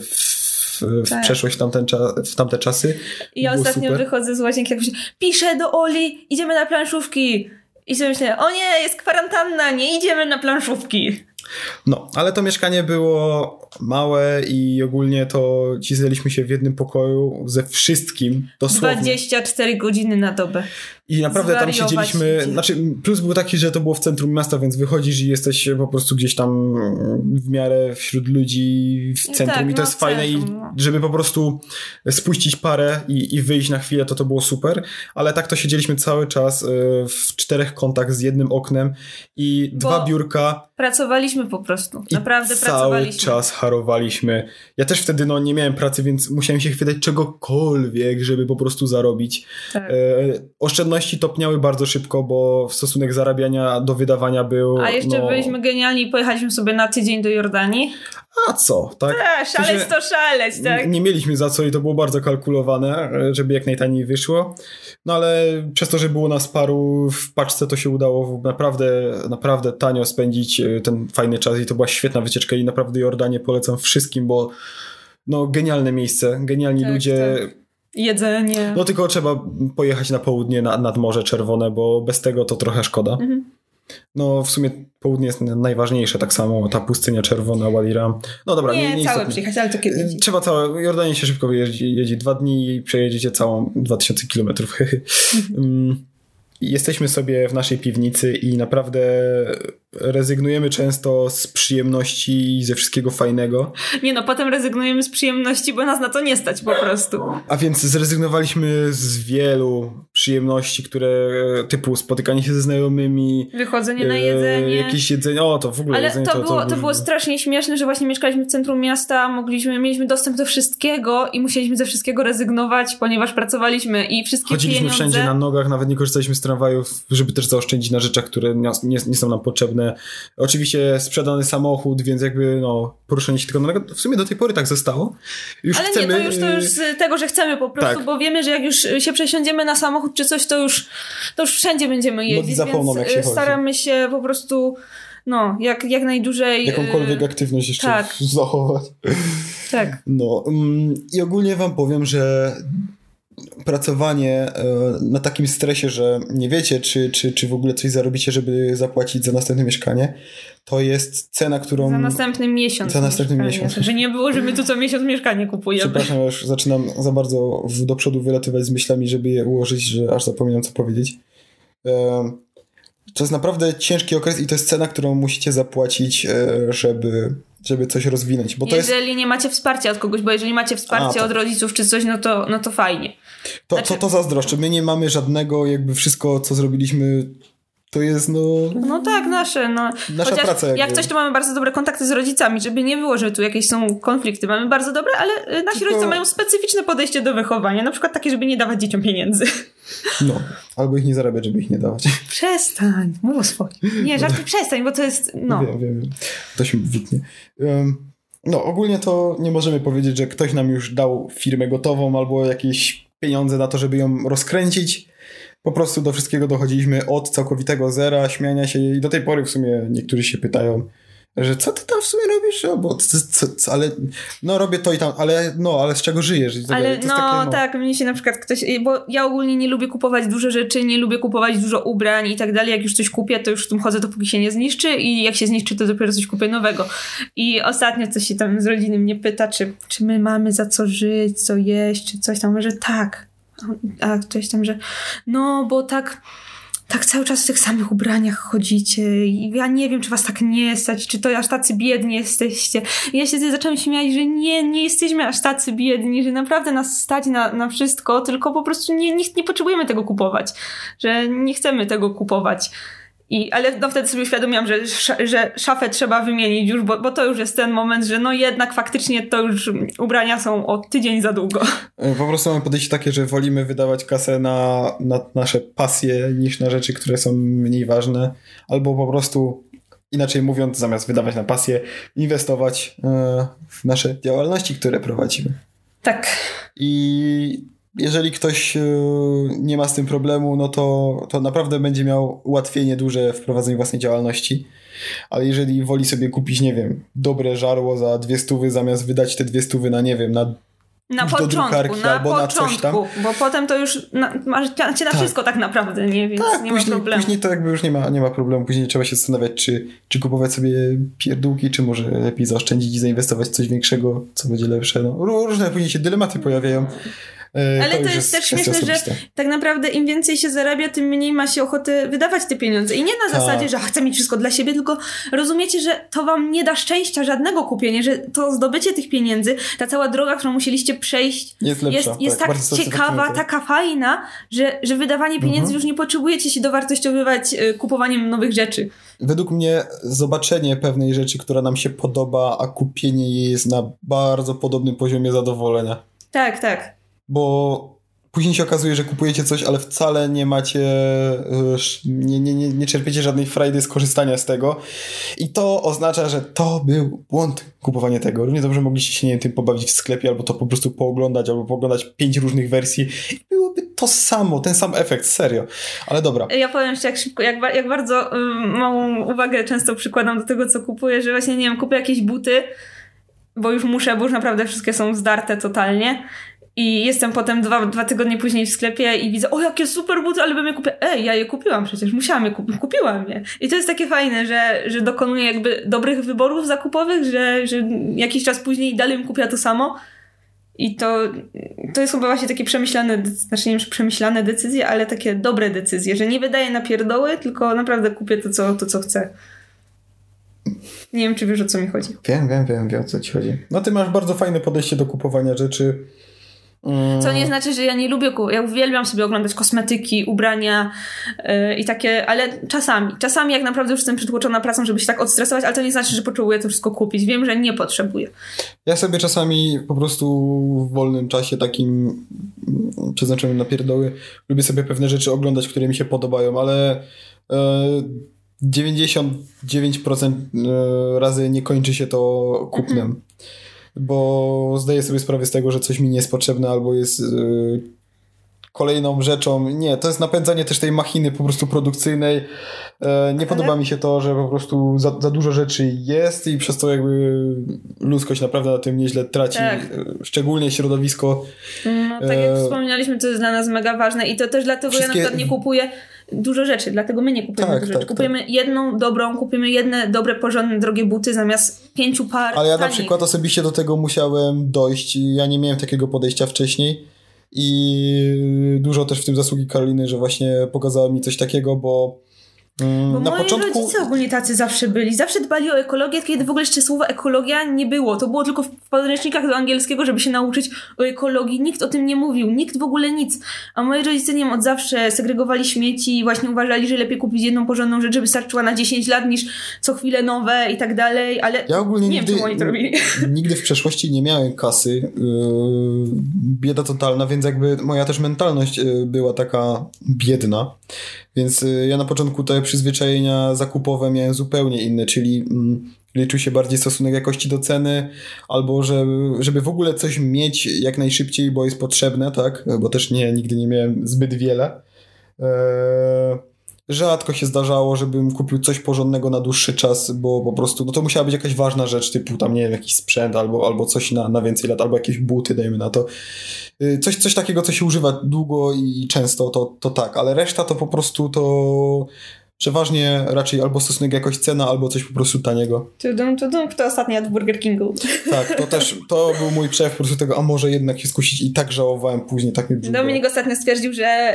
w przeszłość, w tamte czasy. I ja ostatnio wychodzę z łazienki, jak piszę do Oli, idziemy na planszówki. I sobie myślę, o nie, jest kwarantanna, nie idziemy na planszówki. No, ale to mieszkanie było małe i ogólnie to cisnęliśmy się w jednym pokoju ze wszystkim, dosłownie. 24 godziny na dobę. I naprawdę tam siedzieliśmy, plus był taki, że to było w centrum miasta, więc wychodzisz i jesteś po prostu gdzieś tam w miarę wśród ludzi w centrum i to jest fajne i żeby po prostu spuścić parę i wyjść na chwilę, to było super, ale tak to siedzieliśmy cały czas w 4 kątach z jednym oknem i 2 biurka. Pracowaliśmy po prostu, naprawdę pracowaliśmy. Cały czas harowaliśmy. Ja też wtedy nie miałem pracy, więc musiałem się chwytać czegokolwiek, żeby po prostu zarobić. Tak. Oszczędności topniały bardzo szybko, bo stosunek zarabiania do wydawania był... A jeszcze byliśmy genialni i pojechaliśmy sobie na tydzień do Jordanii. A co, tak? Szaleć, tak? Nie mieliśmy za co i to było bardzo kalkulowane, żeby jak najtaniej wyszło. No ale przez to, że było nas paru w paczce, to się udało naprawdę tanio spędzić ten fajny czas i to była świetna wycieczka i naprawdę Jordanię polecam wszystkim, bo genialne miejsce, genialni ludzie. Tak. Jedzenie. No tylko trzeba pojechać na południe nad Morze Czerwone, bo bez tego to trochę szkoda. Mhm. No w sumie południe jest najważniejsze, tak samo ta pustynia czerwona, Wadi Rum. No dobra, nie całe przyjechać, ale to kiedyś. Trzeba całe, Jordanię się szybko jedzie 2 dni i przejedziecie całą 2000 kilometrów. Jesteśmy sobie w naszej piwnicy i naprawdę rezygnujemy często z przyjemności i ze wszystkiego fajnego. Potem rezygnujemy z przyjemności, bo nas na to nie stać po prostu. A więc zrezygnowaliśmy z wielu przyjemności, które typu spotykanie się ze znajomymi, wychodzenie na jedzenie, jakieś jedzenie, to w ogóle ale jedzenie to było strasznie śmieszne, że właśnie mieszkaliśmy w centrum miasta, mieliśmy dostęp do wszystkiego i musieliśmy ze wszystkiego rezygnować, ponieważ pracowaliśmy i wszystkie chodziliśmy pieniądze... wszędzie na nogach, nawet nie korzystaliśmy z tramwajów, żeby też zaoszczędzić na rzeczach, które nie są nam potrzebne. Oczywiście sprzedany samochód, więc poruszenie się tylko na nogach. W sumie do tej pory tak zostało. Ale chcemy... to już z tego, że chcemy po prostu, tak. Bo wiemy, że jak już się przesiądziemy na samochód czy coś, to już wszędzie będziemy jeździć, więc staramy się po prostu jak najdłużej... Jakąkolwiek aktywność jeszcze zachować. Tak. I ogólnie wam powiem, że pracowanie na takim stresie, że nie wiecie, czy w ogóle coś zarobicie, żeby zapłacić za następne mieszkanie, to jest cena, którą... Za następny miesiąc. Żeby nie było, że my tu co miesiąc mieszkanie kupujemy. Przepraszam, ja już zaczynam za bardzo do przodu wylatywać z myślami, żeby je ułożyć, że aż zapominam, co powiedzieć. To jest naprawdę ciężki okres i to jest cena, którą musicie zapłacić, żeby coś rozwinąć. Bo jeżeli nie macie wsparcia od kogoś, bo jeżeli macie wsparcie od rodziców czy coś, no to fajnie. To zazdroszczę. My nie mamy żadnego, wszystko, co zrobiliśmy, to jest No tak, nasze. Nasza praca. Jak coś, to mamy bardzo dobre kontakty z rodzicami, żeby nie było, że tu jakieś są konflikty. Mamy bardzo dobre, ale nasi rodzice mają specyficzne podejście do wychowania. Na przykład takie, żeby nie dawać dzieciom pieniędzy. No, albo ich nie zarabiać, żeby ich nie dawać. Przestań, mów o swoim. Nie, żarty, przestań, bo to jest, Wiem. To się wytnie. Ogólnie to nie możemy powiedzieć, że ktoś nam już dał firmę gotową albo jakieś pieniądze na to, żeby ją rozkręcić. Po prostu do wszystkiego dochodziliśmy od całkowitego zera, śmiania się i do tej pory w sumie niektórzy się pytają, że co ty tam w sumie robisz? Bo ale robię to i tam, ale z czego żyjesz? Ale tak, mnie się na przykład ktoś, bo ja ogólnie nie lubię kupować dużo rzeczy, nie lubię kupować dużo ubrań i tak dalej. Jak już coś kupię, to już w tym chodzę, dopóki się nie zniszczy i jak się zniszczy, to dopiero coś kupię nowego. I ostatnio coś się tam z rodziny mnie pyta, czy my mamy za co żyć, co jeść, czy coś tam, że tak. A ktoś tam, że bo tak cały czas w tych samych ubraniach chodzicie i ja nie wiem, czy was tak nie stać, czy to aż tacy biedni jesteście. I ja się zaczęłam śmiać, że nie jesteśmy aż tacy biedni, że naprawdę nas stać na wszystko, tylko po prostu nie potrzebujemy tego kupować, że nie chcemy tego kupować. Ale wtedy sobie uświadomiłam, że szafę trzeba wymienić już, bo to już jest ten moment, że jednak faktycznie to już ubrania są o tydzień za długo. Po prostu mamy podejście takie, że wolimy wydawać kasę na nasze pasje niż na rzeczy, które są mniej ważne. Albo po prostu, inaczej mówiąc, zamiast wydawać na pasję, inwestować w nasze działalności, które prowadzimy. Tak. I jeżeli ktoś nie ma z tym problemu, to naprawdę będzie miał ułatwienie duże w prowadzeniu własnej działalności. Ale jeżeli woli sobie kupić, nie wiem, dobre żarło za 200 zamiast wydać te 200 na, nie wiem, na początku, albo na coś tam. Bo potem to już macie na wszystko tak naprawdę, nie? Więc tak, nie ma problemu. Później to jakby już nie ma problemu. Później trzeba się zastanawiać, czy kupować sobie pierdółki, czy może lepiej zaoszczędzić i zainwestować w coś większego, co będzie lepsze. Różne później się dylematy pojawiają. Ale to jest też śmieszne, że tak naprawdę im więcej się zarabia, tym mniej ma się ochotę wydawać te pieniądze. I nie na zasadzie, że chcę mieć wszystko dla siebie, tylko rozumiecie, że to wam nie da szczęścia żadnego kupienia, że to zdobycie tych pieniędzy, ta cała droga, którą musieliście przejść, jest tak ciekawa, taka fajna, że wydawanie pieniędzy już nie potrzebujecie się dowartościowywać kupowaniem nowych rzeczy. Według mnie zobaczenie pewnej rzeczy, która nam się podoba, a kupienie jej jest na bardzo podobnym poziomie zadowolenia. Tak. Bo później się okazuje, że kupujecie coś, ale wcale nie macie, nie czerpiecie żadnej frajdy z korzystania z tego. I to oznacza, że to był błąd, kupowanie tego. Równie dobrze mogliście się tym pobawić w sklepie, albo to po prostu pooglądać, albo pooglądać 5 różnych wersji i byłoby to samo, ten sam efekt, serio. Ale dobra. Ja powiem jeszcze jak bardzo małą uwagę często przykładam do tego, co kupuję, że właśnie, nie wiem, kupię jakieś buty, bo już muszę, bo już naprawdę wszystkie są zdarte totalnie. I jestem potem 2 tygodnie później w sklepie i widzę, jakie super buty, ale bym je kupiła. Ja je kupiłam przecież, musiałam je kupić, kupiłam je. I to jest takie fajne, że dokonuję jakby dobrych wyborów zakupowych, że jakiś czas później dalej bym kupiła to samo. I to jest chyba właśnie takie przemyślane, znaczy nie wiem, czy przemyślane decyzje, ale takie dobre decyzje, że nie wydaję na pierdoły, tylko naprawdę kupię to, co chcę. Nie wiem, czy wiesz, o co mi chodzi. Wiem, o co ci chodzi. No ty masz bardzo fajne podejście do kupowania rzeczy. Co nie znaczy, że ja nie lubię, ja uwielbiam sobie oglądać kosmetyki, ubrania i takie, ale czasami jak naprawdę już jestem przytłoczona pracą, żeby się tak odstresować, ale to nie znaczy, że potrzebuję to wszystko kupić. Wiem, że nie potrzebuję. Ja sobie czasami po prostu w wolnym czasie takim przeznaczonym na pierdoły lubię sobie pewne rzeczy oglądać, które mi się podobają, ale 99% razy nie kończy się to kupnem. Bo zdaję sobie sprawę z tego, że coś mi nie jest potrzebne albo jest kolejną rzeczą. Nie, to jest napędzanie też tej machiny po prostu produkcyjnej. Nie podoba mi się to, że po prostu za dużo rzeczy jest i przez to jakby ludzkość naprawdę na tym nieźle traci. Tak. Szczególnie środowisko. No tak jak wspomnieliśmy, to jest dla nas mega ważne i to też dlatego ja na przykład nie kupuję dużo rzeczy, dlatego my nie kupujemy dużo rzeczy. Kupujemy jedną dobrą, kupujemy jedne dobre, porządne, drogie buty zamiast 5 par. Ale ja na przykład osobiście do tego musiałem dojść i ja nie miałem takiego podejścia wcześniej i dużo też w tym zasługi Karoliny, że właśnie pokazała mi coś takiego, bo Bo na moi rodzice ogólnie tacy zawsze byli. Zawsze dbali o ekologię, kiedy w ogóle jeszcze słowa ekologia nie było. To było tylko w podręcznikach do angielskiego, żeby się nauczyć o ekologii. Nikt o tym nie mówił. Nikt w ogóle nic. A moi rodzice, nie wiem, od zawsze segregowali śmieci i właśnie uważali, że lepiej kupić jedną porządną rzecz, żeby starczyła na 10 lat, niż co chwilę nowe i tak dalej. Ale ja ogólnie nie wiem, czemu oni to robili. Nigdy w przeszłości nie miałem kasy. Bieda totalna, więc jakby moja też mentalność była taka biedna. Więc ja na początku te przyzwyczajenia zakupowe miałem zupełnie inne, czyli liczył się bardziej stosunek jakości do ceny, albo żeby w ogóle coś mieć jak najszybciej, bo jest potrzebne, tak? Bo też nigdy nie miałem zbyt wiele. Rzadko się zdarzało, żebym kupił coś porządnego na dłuższy czas, bo po prostu to musiała być jakaś ważna rzecz, typu tam, nie wiem, jakiś sprzęt albo coś na więcej lat, albo jakieś buty, dajmy na to. Coś takiego, co się używa długo i często, to tak, ale reszta to po prostu to przeważnie raczej albo stosunek jakoś cena, albo coś po prostu taniego. Kto ostatnio jadł w Burger Kingu. Tak, to był mój przejaw po prostu tego, a może jednak się skusić i tak żałowałem później, tak mi brzuch. Dominik ostatnio stwierdził,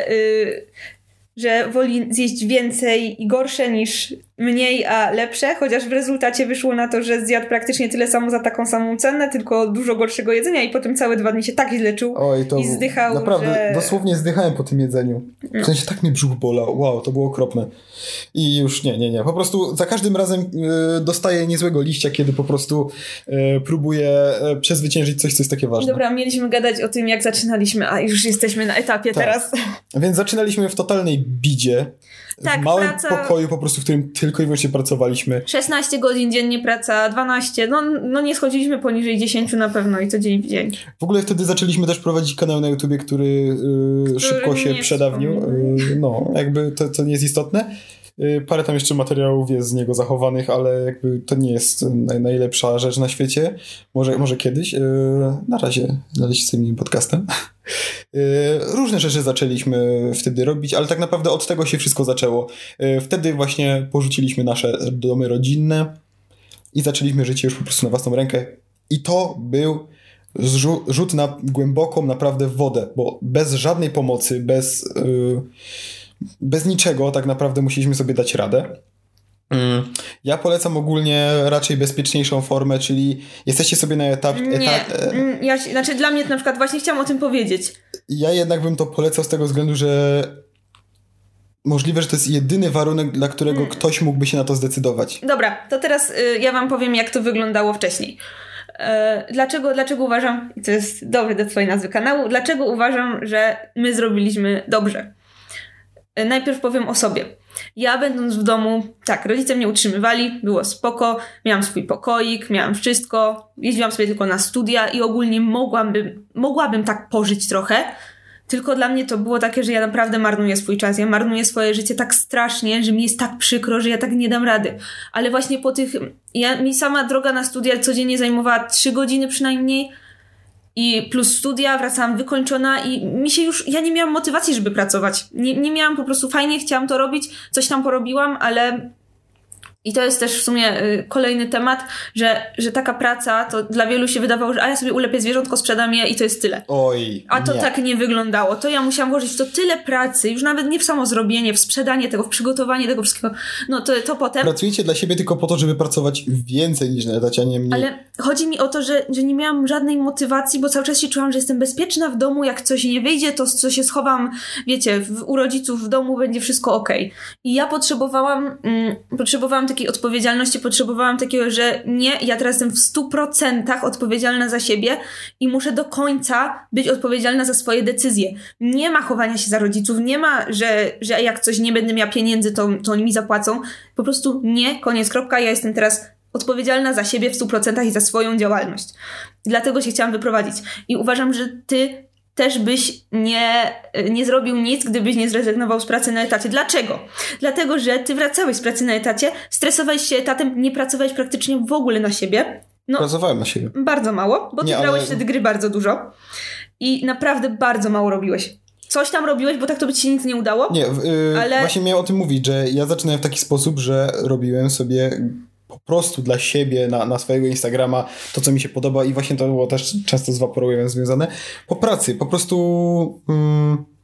że woli zjeść więcej i gorsze niż mniej, a lepsze, chociaż w rezultacie wyszło na to, że zjadł praktycznie tyle samo za taką samą cenę, tylko dużo gorszego jedzenia i potem całe 2 dni się tak źle czuł i zdychał, naprawdę, dosłownie zdychałem po tym jedzeniu. W sensie tak mnie brzuch bolał. Wow, to było okropne. I już nie. Po prostu za każdym razem dostaję niezłego liścia, kiedy po prostu próbuję przezwyciężyć coś, co jest takie ważne. Dobra, mieliśmy gadać o tym, jak zaczynaliśmy, a już jesteśmy na etapie teraz. Więc zaczynaliśmy w totalnej bidzie. Tak, w małym pokoju po prostu, w którym tylko i wyłącznie pracowaliśmy. 16 godzin dziennie praca, 12. No nie schodziliśmy poniżej 10 na pewno i to dzień w dzień. W ogóle wtedy zaczęliśmy też prowadzić kanał na YouTubie, który szybko się przedawnił. No, jakby to nie jest istotne. Parę tam jeszcze materiałów jest z niego zachowanych, ale jakby to nie jest najlepsza rzecz na świecie. Może kiedyś. Na razie z tym podcastem. Różne rzeczy zaczęliśmy wtedy robić, ale tak naprawdę od tego się wszystko zaczęło. Wtedy właśnie porzuciliśmy nasze domy rodzinne i zaczęliśmy życie już po prostu na własną rękę. I to był rzut na głęboką naprawdę wodę, bo bez żadnej pomocy, bez niczego tak naprawdę musieliśmy sobie dać radę. Ja polecam ogólnie raczej bezpieczniejszą formę, czyli jesteście sobie na etapie... Znaczy dla mnie na przykład właśnie chciałam o tym powiedzieć. Ja jednak bym to polecał z tego względu, że możliwe, że to jest jedyny warunek, dla którego ktoś mógłby się na to zdecydować. Dobra, to teraz ja wam powiem, jak to wyglądało wcześniej. Dlaczego uważam, i to jest dobre do twojej nazwy kanału, dlaczego uważam, że my zrobiliśmy dobrze. Najpierw powiem o sobie. Ja będąc w domu, tak, rodzice mnie utrzymywali, było spoko, miałam swój pokoik, miałam wszystko, jeździłam sobie tylko na studia i ogólnie mogłabym tak pożyć trochę, tylko dla mnie to było takie, że ja naprawdę marnuję swój czas, ja marnuję swoje życie tak strasznie, że mi jest tak przykro, że ja tak nie dam rady. Ale właśnie po tych, mi sama droga na studia codziennie zajmowała 3 godziny przynajmniej, i plus studia, wracałam wykończona i ja nie miałam motywacji, żeby pracować. Nie miałam, po prostu fajnie chciałam to robić, coś tam porobiłam, ale... I to jest też w sumie kolejny temat, że taka praca, to dla wielu się wydawało, że ja sobie ulepię zwierzątko, sprzedam je i to jest tyle. A to tak nie wyglądało. To ja musiałam włożyć w to tyle pracy, już nawet nie w samo zrobienie, w sprzedanie tego, w przygotowanie tego wszystkiego. No to potem... Pracujecie dla siebie tylko po to, żeby pracować więcej niż na etacie, a nie mniej. Ale chodzi mi o to, że nie miałam żadnej motywacji, bo cały czas się czułam, że jestem bezpieczna w domu, jak coś nie wyjdzie, to co się schowam, wiecie, u rodziców w domu będzie wszystko okej. I ja potrzebowałam takiej odpowiedzialności, potrzebowałam takiego, że nie, ja teraz jestem w 100% odpowiedzialna za siebie i muszę do końca być odpowiedzialna za swoje decyzje. Nie ma chowania się za rodziców, nie ma, że jak coś nie będę miała pieniędzy, to oni mi zapłacą. Po prostu nie, koniec, kropka. Ja jestem teraz odpowiedzialna za siebie w 100% i za swoją działalność. Dlatego się chciałam wyprowadzić. I uważam, że ty też byś nie zrobił nic, gdybyś nie zrezygnował z pracy na etacie. Dlaczego? Dlatego, że ty wracałeś z pracy na etacie, stresowałeś się etatem, nie pracowałeś praktycznie w ogóle na siebie. Pracowałem na siebie. Bardzo mało, bo ty grałeś wtedy gry bardzo dużo i naprawdę bardzo mało robiłeś. Coś tam robiłeś, bo tak to by ci się nic nie udało? Nie, ale... właśnie miałem o tym mówić, że ja zaczynałem w taki sposób, że robiłem sobie po prostu dla siebie na swojego Instagrama to, co mi się podoba i właśnie to było też często z Vaporwave'em związane. Po pracy, po prostu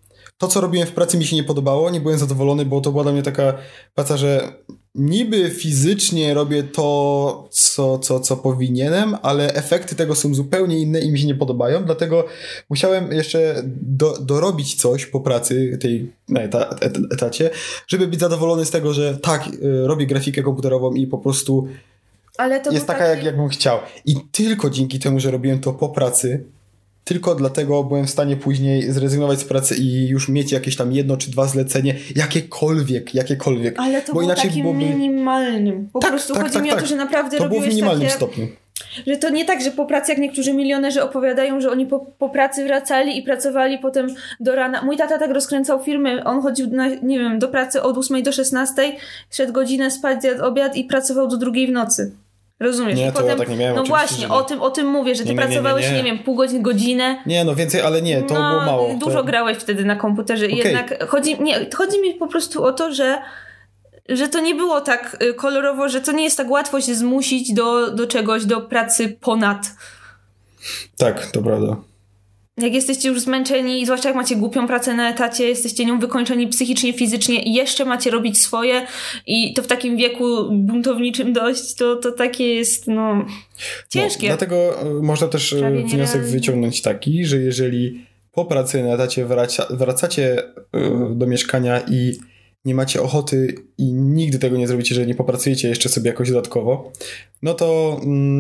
to, co robiłem w pracy, mi się nie podobało, nie byłem zadowolony, bo to była dla mnie taka praca, że niby fizycznie robię to, co powinienem, ale efekty tego są zupełnie inne i mi się nie podobają, dlatego musiałem jeszcze dorobić coś po pracy na etacie, żeby być zadowolony z tego, że tak, robię grafikę komputerową i po prostu ale to jest taka, jakbym chciał. I tylko dzięki temu, że robiłem to po pracy, tylko dlatego byłem w stanie później zrezygnować z pracy i już mieć jakieś tam 1 czy 2 zlecenie, jakiekolwiek. Ale to było takim minimalnym. Po prostu chodzi mi o to, że naprawdę to robiłeś było w minimalnym takie... stopniu. Że to nie tak, że po pracy, jak niektórzy milionerzy opowiadają, że oni po pracy wracali i pracowali potem do rana. Mój tata tak rozkręcał firmy. On chodził do pracy od 8 do 16, szedł godzinę spać, zjadł obiad i pracował do 2 w nocy. Rozumiesz? Nie, i potem, ja tak nie miałem. No właśnie, o tym mówię, że ty pracowałeś, nie wiem, pół godziny, godzinę. Nie, no więcej, ale nie, to było mało. Dużo grałeś wtedy na komputerze. Okay. Jednak chodzi mi po prostu o to, że to nie było tak kolorowo, że to nie jest tak łatwo się zmusić do czegoś, do pracy ponad. Tak, to prawda. Jak jesteście już zmęczeni, zwłaszcza jak macie głupią pracę na etacie, jesteście nią wykończeni psychicznie, fizycznie i jeszcze macie robić swoje i to w takim wieku buntowniczym dość, to takie jest, ciężkie. No, dlatego można też wniosek wyciągnąć taki, że jeżeli po pracy na etacie wracacie do mieszkania i nie macie ochoty i nigdy tego nie zrobicie, że nie popracujecie jeszcze sobie jakoś dodatkowo, no to...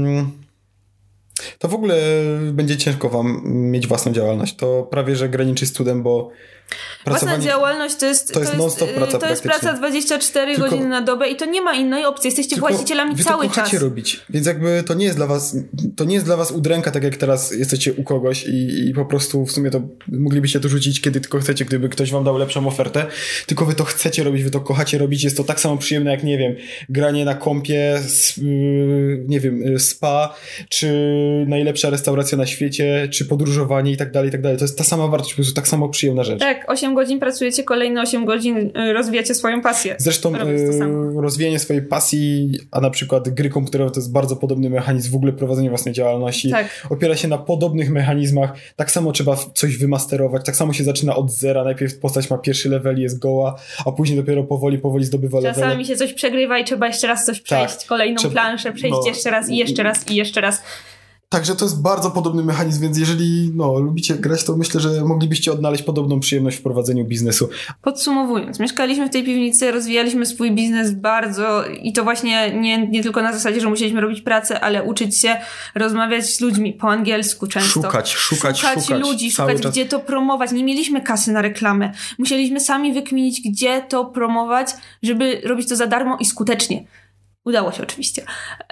to w ogóle będzie ciężko wam mieć własną działalność. To prawie, że graniczy z cudem, bo własna działalność to jest non-stop praca. To jest praca 24 godziny na dobę i to nie ma innej opcji. Jesteście właścicielami cały czas. Wy to kochacie robić, więc jakby to nie jest dla was udręka, tak jak teraz jesteście u kogoś i po prostu w sumie to moglibyście to rzucić, kiedy tylko chcecie, gdyby ktoś wam dał lepszą ofertę, tylko wy to chcecie robić, wy to kochacie robić, jest to tak samo przyjemne jak, nie wiem, granie na kompie, nie wiem, spa, czy najlepsza restauracja na świecie, czy podróżowanie i tak dalej, i tak dalej. To jest ta sama wartość, po prostu tak samo przyjemna rzecz. Tak, 8 godzin pracujecie, kolejne 8 godzin rozwijacie swoją pasję. Zresztą rozwijanie swojej pasji, a na przykład gry komputerowe to jest bardzo podobny mechanizm w ogóle prowadzenia własnej działalności. Tak. Opiera się na podobnych mechanizmach. Tak samo trzeba coś wymasterować, tak samo się zaczyna od zera. Najpierw postać ma pierwszy level, jest goła, a później dopiero powoli zdobywa level. Czasami się coś przegrywa i trzeba jeszcze raz coś przejść. Tak. Kolejną planszę przejść jeszcze raz i jeszcze raz i jeszcze raz. Także to jest bardzo podobny mechanizm, więc jeżeli lubicie grać, to myślę, że moglibyście odnaleźć podobną przyjemność w prowadzeniu biznesu. Podsumowując, mieszkaliśmy w tej piwnicy, rozwijaliśmy swój biznes bardzo i to właśnie nie tylko na zasadzie, że musieliśmy robić pracę, ale uczyć się rozmawiać z ludźmi po angielsku często. Szukać ludzi, szukać gdzie to promować. Nie mieliśmy kasy na reklamę. Musieliśmy sami wykminić, gdzie to promować, żeby robić to za darmo i skutecznie. Udało się oczywiście.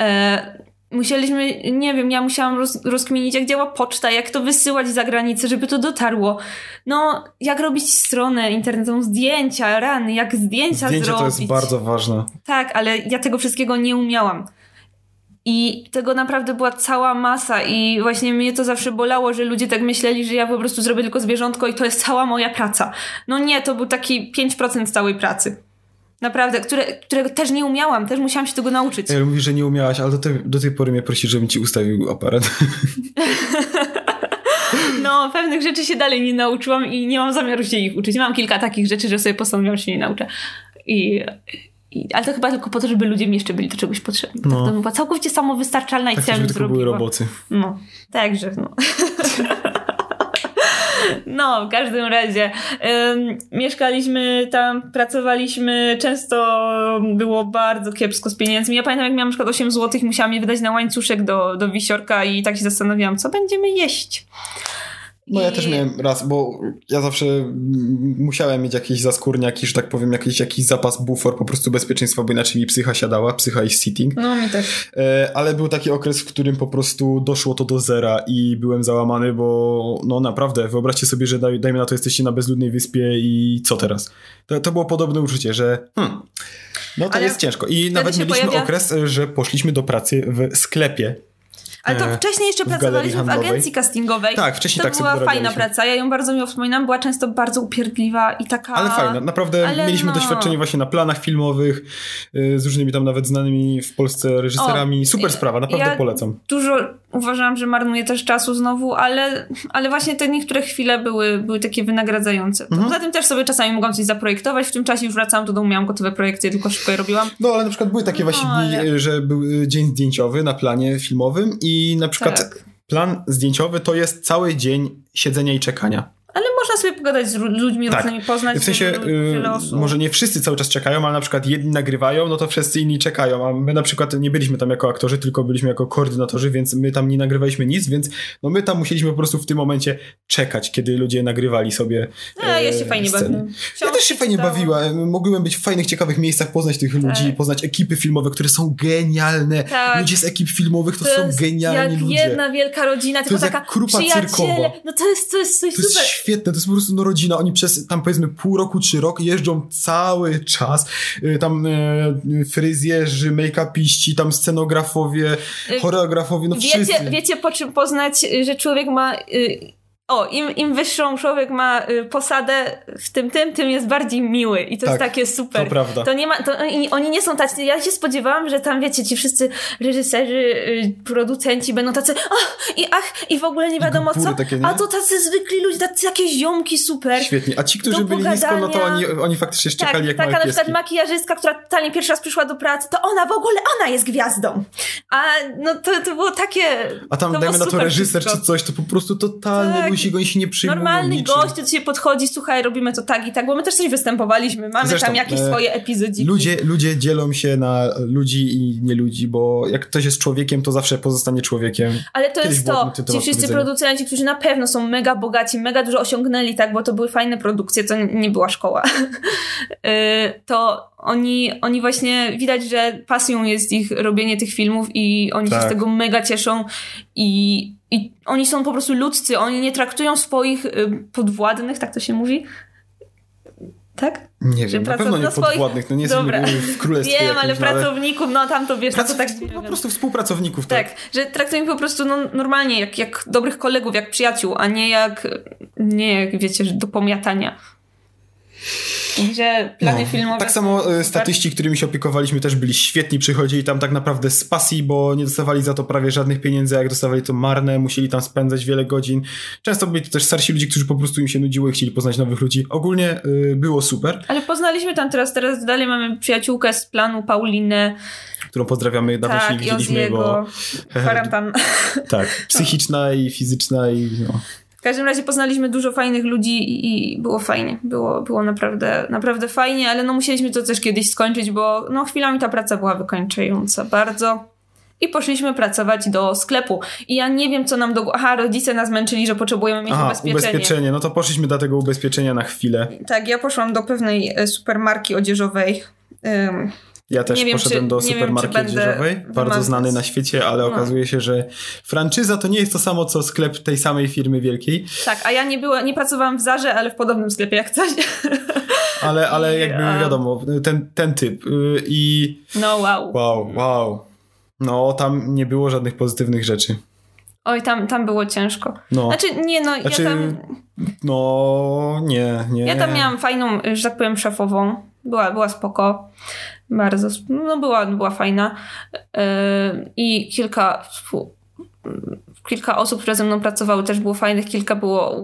Musieliśmy, nie wiem, ja musiałam rozkminić, jak działa poczta, jak to wysyłać za granicę, żeby to dotarło. Jak robić stronę internetową, jak zdjęcia zrobić. To jest bardzo ważne. Tak, ale ja tego wszystkiego nie umiałam. I tego naprawdę była cała masa i właśnie mnie to zawsze bolało, że ludzie tak myśleli, że ja po prostu zrobię tylko zwierzątko i to jest cała moja praca. Nie, to był taki 5% całej pracy. Naprawdę, którego też nie umiałam, też musiałam się tego nauczyć. Ja mówisz, że nie umiałaś, ale do tej pory mnie prosisz, żebym ci ustawił aparat. Pewnych rzeczy się dalej nie nauczyłam i nie mam zamiaru się ich uczyć. Mam kilka takich rzeczy, że sobie postanowiłam, że się nie nauczę. Ale to chyba tylko po to, żeby ludzie mi jeszcze byli do czegoś potrzebni. Tak, to była całkowicie samowystarczalna i tak, celem żeby były robocy. Także. W każdym razie mieszkaliśmy tam, pracowaliśmy, często było bardzo kiepsko z pieniędzmi. Ja pamiętam, jak miałam na przykład 8 zł i musiałam je wydać na łańcuszek do wisiorka i tak się zastanawiałam, co będziemy jeść. Ja też miałem raz, bo ja zawsze musiałem mieć jakiś zaskórniak, że tak powiem, jakiś zapas bufor, po prostu bezpieczeństwa, bo inaczej mi psycha siadała, psycha i sitting. Mi też. Ale był taki okres, w którym po prostu doszło to do zera i byłem załamany, bo naprawdę, wyobraźcie sobie, że dajmy na to, jesteście na bezludnej wyspie i co teraz? To było podobne uczucie, że to jest ciężko. I nawet mieliśmy okres, że poszliśmy do pracy w sklepie. Ale to wcześniej jeszcze pracowaliśmy w agencji castingowej. Tak, wcześniej tak sobie była fajna praca, ja ją bardzo miło wspominam, była często bardzo upierdliwa i taka... Ale fajna, naprawdę mieliśmy doświadczenie właśnie na planach filmowych z różnymi tam nawet znanymi w Polsce reżyserami. Super sprawa, naprawdę polecam. uważałam, że marnuję też czasu znowu, ale właśnie te niektóre chwile były takie wynagradzające. Poza tym też sobie czasami mogłam coś zaprojektować, w tym czasie już wracałam do domu, miałam gotowe projekty, tylko szybko je robiłam. No, ale na przykład były takie właśnie dni, że był dzień zdjęciowy na planie filmowym i na przykład plan zdjęciowy to jest cały dzień siedzenia i czekania. Ale można sobie pogadać z ludźmi różnymi, poznać w sensie, wiele osób. Może nie wszyscy cały czas czekają, ale na przykład jedni nagrywają, no to wszyscy inni czekają, a my na przykład nie byliśmy tam jako aktorzy, tylko byliśmy jako koordynatorzy, więc my tam nie nagrywaliśmy nic, więc no my tam musieliśmy po prostu w tym momencie czekać, kiedy ludzie nagrywali sobie ja się fajnie bawiłam. Ja też się fajnie bawiłam. Mogłem być w fajnych, ciekawych miejscach, poznać tych ludzi, poznać ekipy filmowe, które są genialne. Ludzie z ekip filmowych to są genialni ludzie. Jak jedna wielka rodzina, tylko taka krupa cyrkowa. No to jest coś super. Świetne, to jest po prostu rodzina. Oni przez tam powiedzmy pół roku czy rok jeżdżą cały czas. Tam fryzjerzy, make-upiści, tam scenografowie, choreografowie, no wszyscy. Wiecie po czym poznać, że człowiek ma... im wyższą człowiek ma posadę w tym jest bardziej miły i to jest takie super. To prawda. Oni nie są tacy, ja się spodziewałam, że tam wiecie, ci wszyscy reżyserzy, producenci będą tacy i w ogóle nie wiadomo co, takie, nie? A to tacy zwykli ludzie, tacy jakieś ziomki super. Świetnie, a ci, którzy byli nisko, no to oni faktycznie szczekali jak małe pieski. Taka na przykład makijażystka, która totalnie pierwszy raz przyszła do pracy, to ona jest gwiazdą. A no to było takie... A tam dajmy na to reżyser czy coś, to po prostu totalny oni się nie przyjmują normalny niczym. gość do ciebie podchodzi, słuchaj, robimy to tak i tak, bo my też coś występowaliśmy, mamy zresztą, tam jakieś swoje epizodziki. Ludzie dzielą się na ludzi i nie ludzi, bo jak ktoś jest człowiekiem, to zawsze pozostanie człowiekiem. Ale to jest ci wszyscy producenci, którzy na pewno są mega bogaci, mega dużo osiągnęli, tak, bo to były fajne produkcje, to nie była szkoła. To oni właśnie, widać, że pasją jest ich robienie tych filmów i oni się z tego mega cieszą i oni są po prostu ludzcy, oni nie traktują swoich podwładnych, tak to się mówi? Tak? Nie wiem, na pewno nie podwładnych, no nie jesteśmy w królestwie wiem, ale pracowników, no tam to wiesz, to tak... Po prostu współpracowników, tak. Że traktują po prostu normalnie, jak dobrych kolegów, jak przyjaciół, a nie jak wiecie, do pomiatania. Gdzie plany filmowe... Tak samo statyści, którymi się opiekowaliśmy, też byli świetni, przychodzili tam tak naprawdę z pasji, bo nie dostawali za to prawie żadnych pieniędzy, a jak dostawali to marne, musieli tam spędzać wiele godzin. Często byli to też starsi ludzie, którzy po prostu im się nudziło i chcieli poznać nowych ludzi. Ogólnie było super. Ale poznaliśmy tam teraz dalej mamy przyjaciółkę z planu, Paulinę, którą pozdrawiamy, dawno się nie widzieliśmy, bo... Kwarantanna. Tak, psychiczna i fizyczna i no... W każdym razie poznaliśmy dużo fajnych ludzi i było fajnie. Było naprawdę fajnie, ale musieliśmy to też kiedyś skończyć, bo chwilami ta praca była wykończająca bardzo. I poszliśmy pracować do sklepu. I ja nie wiem, co nam rodzice nas męczyli, że potrzebujemy mieć ubezpieczenie. No to poszliśmy do tego ubezpieczenia na chwilę. Tak, ja poszłam do pewnej supermarki odzieżowej. Ja też poszedłem do supermarki odzieżowej, bardzo znany na świecie, ale okazuje się, że franczyza to nie jest to samo, co sklep tej samej firmy wielkiej. Tak, a ja nie pracowałam w Zarze, ale w podobnym sklepie jak coś. Ale jakby wiadomo, ten typ. Wow. No, tam nie było żadnych pozytywnych rzeczy. Oj, tam było ciężko. Nie. Ja tam miałam fajną, że tak powiem, szefową. Była spoko. Bardzo, była fajna. I kilka osób, które ze mną pracowały, też było fajnych. Kilka było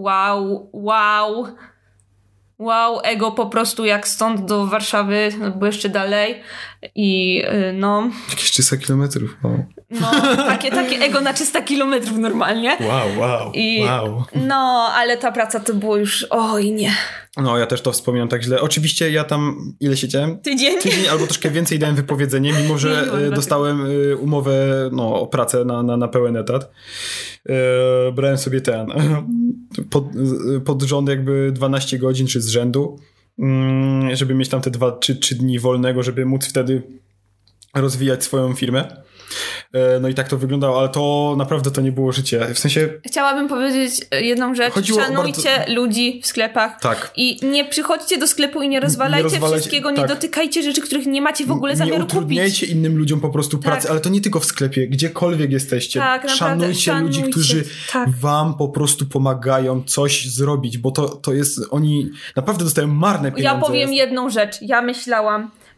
wow, ego po prostu jak stąd do Warszawy, bo jeszcze dalej. I jakieś 300 kilometrów. Wow. Takie ego na 300 kilometrów normalnie. Wow. No, ale ta praca to było już, oj nie. No, ja też to wspominam tak źle. Oczywiście ja tam, ile siedziałem? Tydzień albo troszkę więcej dałem wypowiedzenie, mimo że dostałem umowę o pracę na pełen etat. Brałem sobie pod rząd jakby 12 godzin czy z rzędu, żeby mieć tam te 2 czy 3 dni wolnego, żeby móc wtedy rozwijać swoją firmę. No i tak to wyglądało, ale to naprawdę to nie było życie. W sensie... Chciałabym powiedzieć jedną rzecz. Szanujcie ludzi w sklepach. Tak. I nie przychodźcie do sklepu i nie rozwalajcie wszystkiego, nie dotykajcie rzeczy, których nie macie w ogóle zamiaru kupić. Nie utrudniajcie innym ludziom po prostu pracy, ale to nie tylko w sklepie, gdziekolwiek jesteście. Tak, szanujcie ludzi, którzy wam po prostu pomagają coś zrobić, bo to jest, oni naprawdę dostają marne pieniądze. Ja powiem jedną rzecz. Ja myślałam,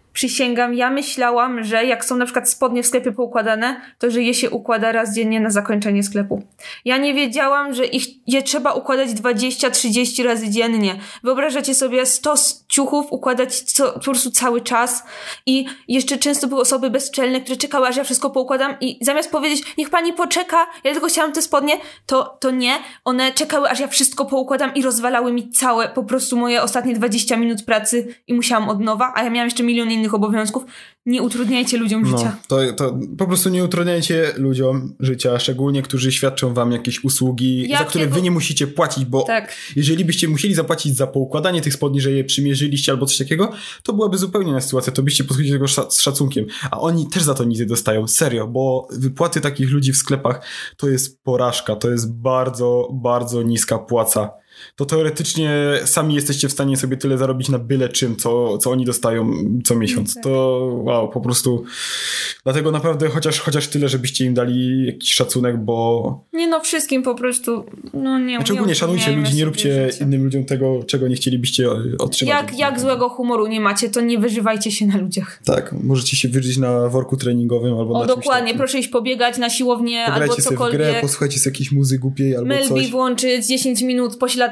Przysięgam, ja myślałam, że jak są na przykład spodnie w sklepie poukładane, to że je się układa raz dziennie na zakończenie sklepu. Ja nie wiedziałam, że je trzeba układać 20-30 razy dziennie. Wyobrażacie sobie 100 ciuchów układać po prostu cały czas i jeszcze często były osoby bezczelne, które czekały, aż ja wszystko poukładam i zamiast powiedzieć, niech pani poczeka, ja tylko chciałam te spodnie, to nie. One czekały, aż ja wszystko poukładam i rozwalały mi całe, po prostu moje ostatnie 20 minut pracy i musiałam od nowa, a ja miałam jeszcze milion innych obowiązków. Nie utrudniajcie ludziom życia. To po prostu nie utrudniajcie ludziom życia, szczególnie którzy świadczą wam jakieś usługi, za które wy nie musicie płacić, bo jeżeli byście musieli zapłacić za poukładanie tych spodni, że je przymierzyliście albo coś takiego, to byłaby zupełnie inna sytuacja, to byście podchodzili do tego z szacunkiem, a oni też za to nic nie dostają, serio, bo wypłaty takich ludzi w sklepach to jest porażka, to jest bardzo, bardzo niska płaca. To teoretycznie sami jesteście w stanie sobie tyle zarobić na byle czym, co oni dostają co miesiąc. To wow, po prostu dlatego naprawdę chociaż tyle, żebyście im dali jakiś szacunek, bo... Nie no, wszystkim po prostu nie. Znaczy ogólnie szanujcie ludzi, nie róbcie innym ludziom tego, czego nie chcielibyście otrzymać. Jak złego humoru nie macie, to nie wyżywajcie się na ludziach. Tak, możecie się wyżyć na worku treningowym albo na czymś dokładnie, takim. proszę iść pobiegać na siłownię pograjcie albo cokolwiek. Sobie w grę, posłuchajcie sobie jakiejś muzyki głupiej albo Melby coś. włączyć 10 minut pośladki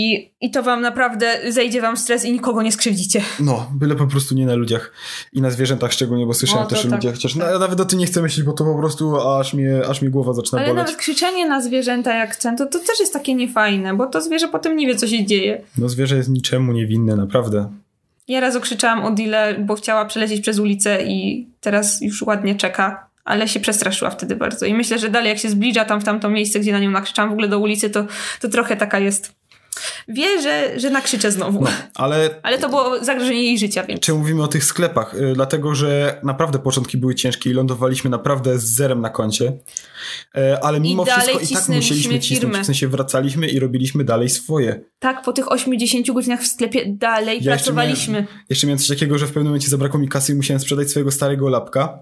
i to wam naprawdę zejdzie wam stres i nikogo nie skrzywdzicie. No, byle po prostu nie na ludziach i na zwierzętach szczególnie, bo słyszałem też o ludziach, chociaż nawet o tym nie chcę myśleć, bo to po prostu aż mnie głowa zaczyna boleć. Ale nawet krzyczenie na zwierzęta jak chcę, to też jest takie niefajne, bo to zwierzę potem nie wie, co się dzieje. No zwierzę jest niczemu niewinne, naprawdę. Ja raz okrzyczałam o Dile, bo chciała przelecieć przez ulicę i teraz już ładnie czeka. Ale się przestraszyła wtedy bardzo. I myślę, że dalej jak się zbliża tam w tamto miejsce, gdzie na nią nakrzyczałam w ogóle do ulicy, to trochę taka jest. Wie, że nakrzyczę znowu. No, ale to było zagrożenie jej życia. Więc. Czy mówimy o tych sklepach? Dlatego, że naprawdę początki były ciężkie i lądowaliśmy naprawdę z zerem na koncie. Ale mimo wszystko i tak musieliśmy cisnąć. W sensie wracaliśmy i robiliśmy dalej swoje. Tak, po tych 80 godzinach w sklepie dalej pracowaliśmy. Jeszcze miałem coś takiego, że w pewnym momencie zabrakło mi kasy i musiałem sprzedać swojego starego lapka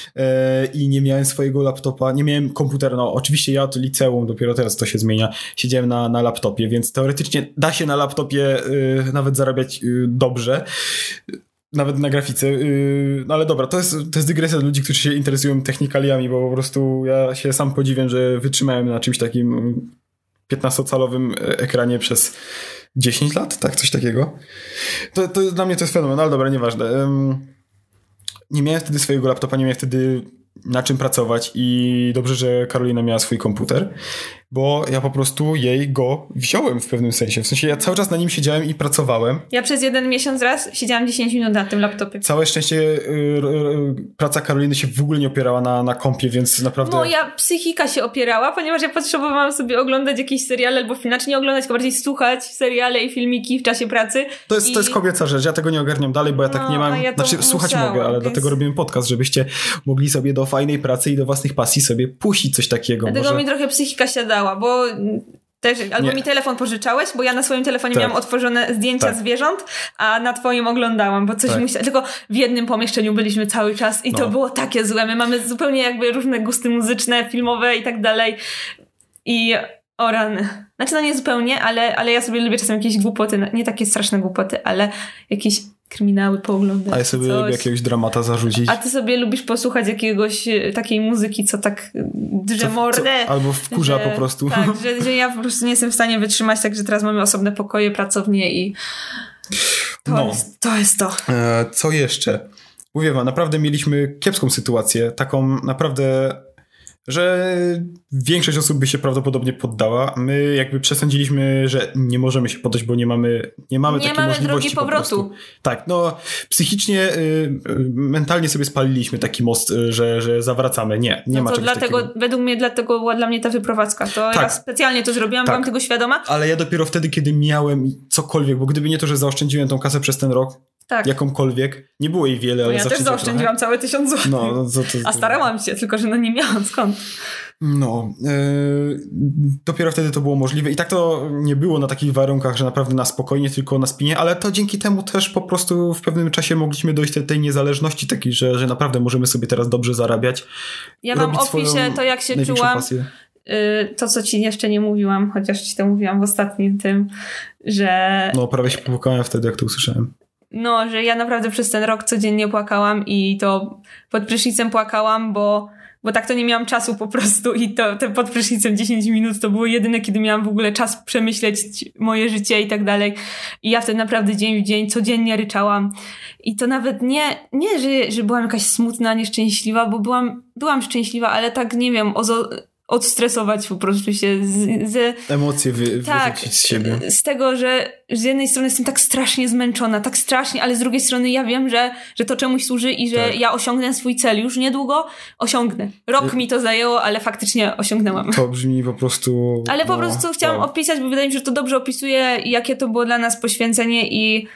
i nie miałem swojego laptopa, nie miałem komputera. No oczywiście ja od liceum, dopiero teraz to się zmienia, siedziałem na laptopie, więc teoretycznie da się na laptopie nawet zarabiać dobrze. Nawet na grafice. No ale dobra, to jest dygresja dla ludzi, którzy się interesują technikaliami, bo po prostu ja się sam podziwiam, że wytrzymałem na czymś takim 15-calowym ekranie przez 10 lat, tak? Coś takiego. To dla mnie to jest fenomen, ale dobra, nieważne. Nie miałem wtedy swojego laptopa, nie miałem wtedy na czym pracować i dobrze, że Karolina miała swój komputer, bo ja po prostu jej go wziąłem w pewnym sensie. W sensie ja cały czas na nim siedziałem i pracowałem. Ja przez 1 miesiąc raz siedziałam 10 minut na tym laptopie. Całe szczęście praca Karoliny się w ogóle nie opierała na kompie, więc naprawdę... Moja psychika się opierała, ponieważ ja potrzebowałam sobie oglądać jakieś seriale albo inaczej nie oglądać, tylko bardziej słuchać seriale i filmiki w czasie pracy. To jest kobieca rzecz, ja tego nie ogarniam dalej, bo ja tak nie mam... słuchać mogę, ale dlatego robimy podcast, żebyście mogli sobie do fajnej pracy i do własnych pasji sobie puścić coś takiego. Dlatego mi trochę psychika siadała, bo też albo mi telefon pożyczałeś, bo ja na swoim telefonie miałam otworzone zdjęcia zwierząt, a na twoim oglądałam, bo coś musiałam. Tylko w jednym pomieszczeniu byliśmy cały czas i to było takie złe. My mamy zupełnie jakby różne gusty muzyczne, filmowe i tak dalej. I o rany. Znaczy nie zupełnie, ale ja sobie lubię czasem jakieś głupoty, nie takie straszne głupoty, ale jakieś kryminały pooglądać. A ja sobie lubię jakiegoś dramata zarzucić. A ty sobie lubisz posłuchać jakiegoś takiej muzyki, co tak drze mordę. Albo wkurza po prostu. Tak, że ja po prostu nie jestem w stanie wytrzymać, także teraz mamy osobne pokoje, pracownie i to jest to. Co jeszcze? Mówię wam, naprawdę mieliśmy kiepską sytuację, taką naprawdę, że większość osób by się prawdopodobnie poddała. My jakby przesądziliśmy, że nie możemy się poddać, bo nie mamy takiej możliwości drogi powrotu. Tak, psychicznie, mentalnie sobie spaliliśmy taki most, że zawracamy. Nie ma czegoś takiego. Według mnie dlatego była dla mnie ta wyprowadzka. Ja specjalnie to zrobiłam, byłam tego świadoma. Ale ja dopiero wtedy, kiedy miałem cokolwiek, bo gdyby nie to, że zaoszczędziłem tą kasę przez ten rok, jakąkolwiek, nie było jej wiele, ale ja też zaoszczędziłam całe 1000 zł. A starałam się, tylko że nie miałam skąd. Dopiero wtedy to było możliwe i tak to nie było na takich warunkach, że naprawdę na spokojnie, tylko na spinie, ale to dzięki temu też po prostu w pewnym czasie mogliśmy dojść do tej niezależności takiej, że naprawdę możemy sobie teraz dobrze zarabiać. Ja wam opiszę to, jak się czułam. Pasję. To, co ci jeszcze nie mówiłam, chociaż ci to mówiłam w ostatnim tym, że... prawie się popłakałem wtedy, jak to usłyszałem. No, że ja naprawdę przez ten rok codziennie płakałam i to pod prysznicem płakałam, bo tak to nie miałam czasu po prostu i to pod prysznicem 10 minut to było jedyne, kiedy miałam w ogóle czas przemyśleć moje życie i tak dalej. I ja wtedy naprawdę dzień w dzień codziennie ryczałam. I to nawet nie że byłam jakaś smutna, nieszczęśliwa, bo byłam szczęśliwa, ale tak, nie wiem, odstresować po prostu się z emocje wyrzucić z siebie. Z tego, że z jednej strony jestem tak strasznie zmęczona, tak strasznie, ale z drugiej strony ja wiem, że to czemuś służy i że ja osiągnę swój cel. Już niedługo osiągnę. Rok mi to zajęło, ale faktycznie osiągnęłam. To brzmi po prostu... Ale po prostu chciałam opisać, bo wydaje mi się, że to dobrze opisuje, jakie to było dla nas poświęcenie i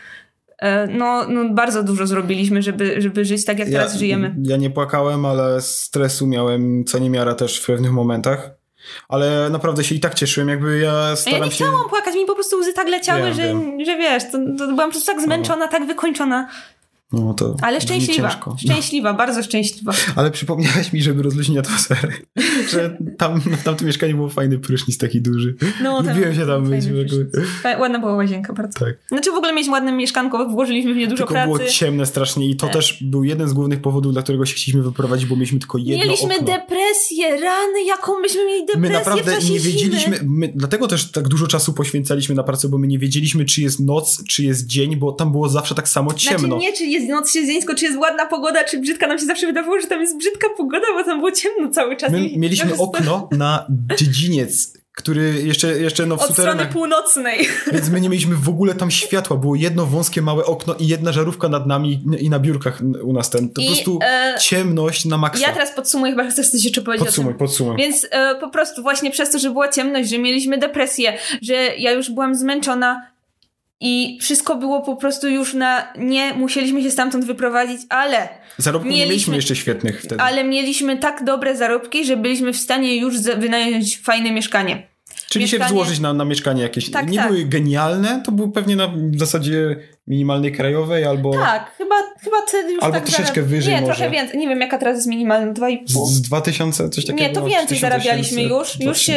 no bardzo dużo zrobiliśmy, żeby żyć tak, jak teraz żyjemy. Ja nie płakałem, ale stresu miałem co niemiara też w pewnych momentach. Ale naprawdę się i tak cieszyłem, jakby ja staram się... Ja nie chciałam płakać, mi po prostu łzy tak leciały, że wiesz, to byłam po prostu tak zmęczona, tak wykończona. No to ale szczęśliwa, bardzo szczęśliwa. Ale przypomniałeś mi, żeby rozluźnić atmosferę, że w tamtym mieszkaniu był fajny prysznic taki duży. No, lubiłem się tam być. Ładna była łazienka bardzo. Tak. Znaczy w ogóle mieliśmy ładne mieszkanko, włożyliśmy w nie dużo pracy. Tylko było ciemne strasznie i to też był jeden z głównych powodów, dla którego się chcieliśmy wyprowadzić, bo mieliśmy tylko jedno Mieliśmy okno. depresję, rany, jaką myśmy mieli depresję. My naprawdę nie wiedzieliśmy, dlatego też tak dużo czasu poświęcaliśmy na pracę, bo my nie wiedzieliśmy, czy jest noc, czy jest dzień, bo tam było zawsze tak samo ciemno. Znaczy nie, czy jest noc, czy jest dzień, tylko czy jest ładna pogoda, czy brzydka. Nam się zawsze wydawało, że tam jest brzydka pogoda, bo tam było ciemno cały czas. My mieliśmy okno na dziedziniec, który jeszcze w od strony północnej. Więc my nie mieliśmy w ogóle tam światła. Było jedno wąskie małe okno i jedna żarówka nad nami i na biurkach u nas to po prostu ciemność na maksa. Ja teraz podsumuję, chyba chcesz coś jeszcze powiedzieć. Podsumuj. Więc po prostu właśnie przez to, że była ciemność, że mieliśmy depresję, że ja już byłam zmęczona i wszystko było po prostu już nie musieliśmy się stamtąd wyprowadzić, ale zarobków nie mieliśmy jeszcze świetnych wtedy. Ale mieliśmy tak dobre zarobki, że byliśmy w stanie już wynająć fajne mieszkanie. Czyli się złożyć na mieszkanie jakieś. Tak, nie były genialne, to było pewnie na zasadzie minimalnej krajowej albo... Tak, chyba wtedy już albo tak troszeczkę wyżej nie, może. Trochę więcej. Nie wiem, jaka teraz jest minimalna, 2,5. Z 2000, coś takiego? Nie, to więcej zarabialiśmy już.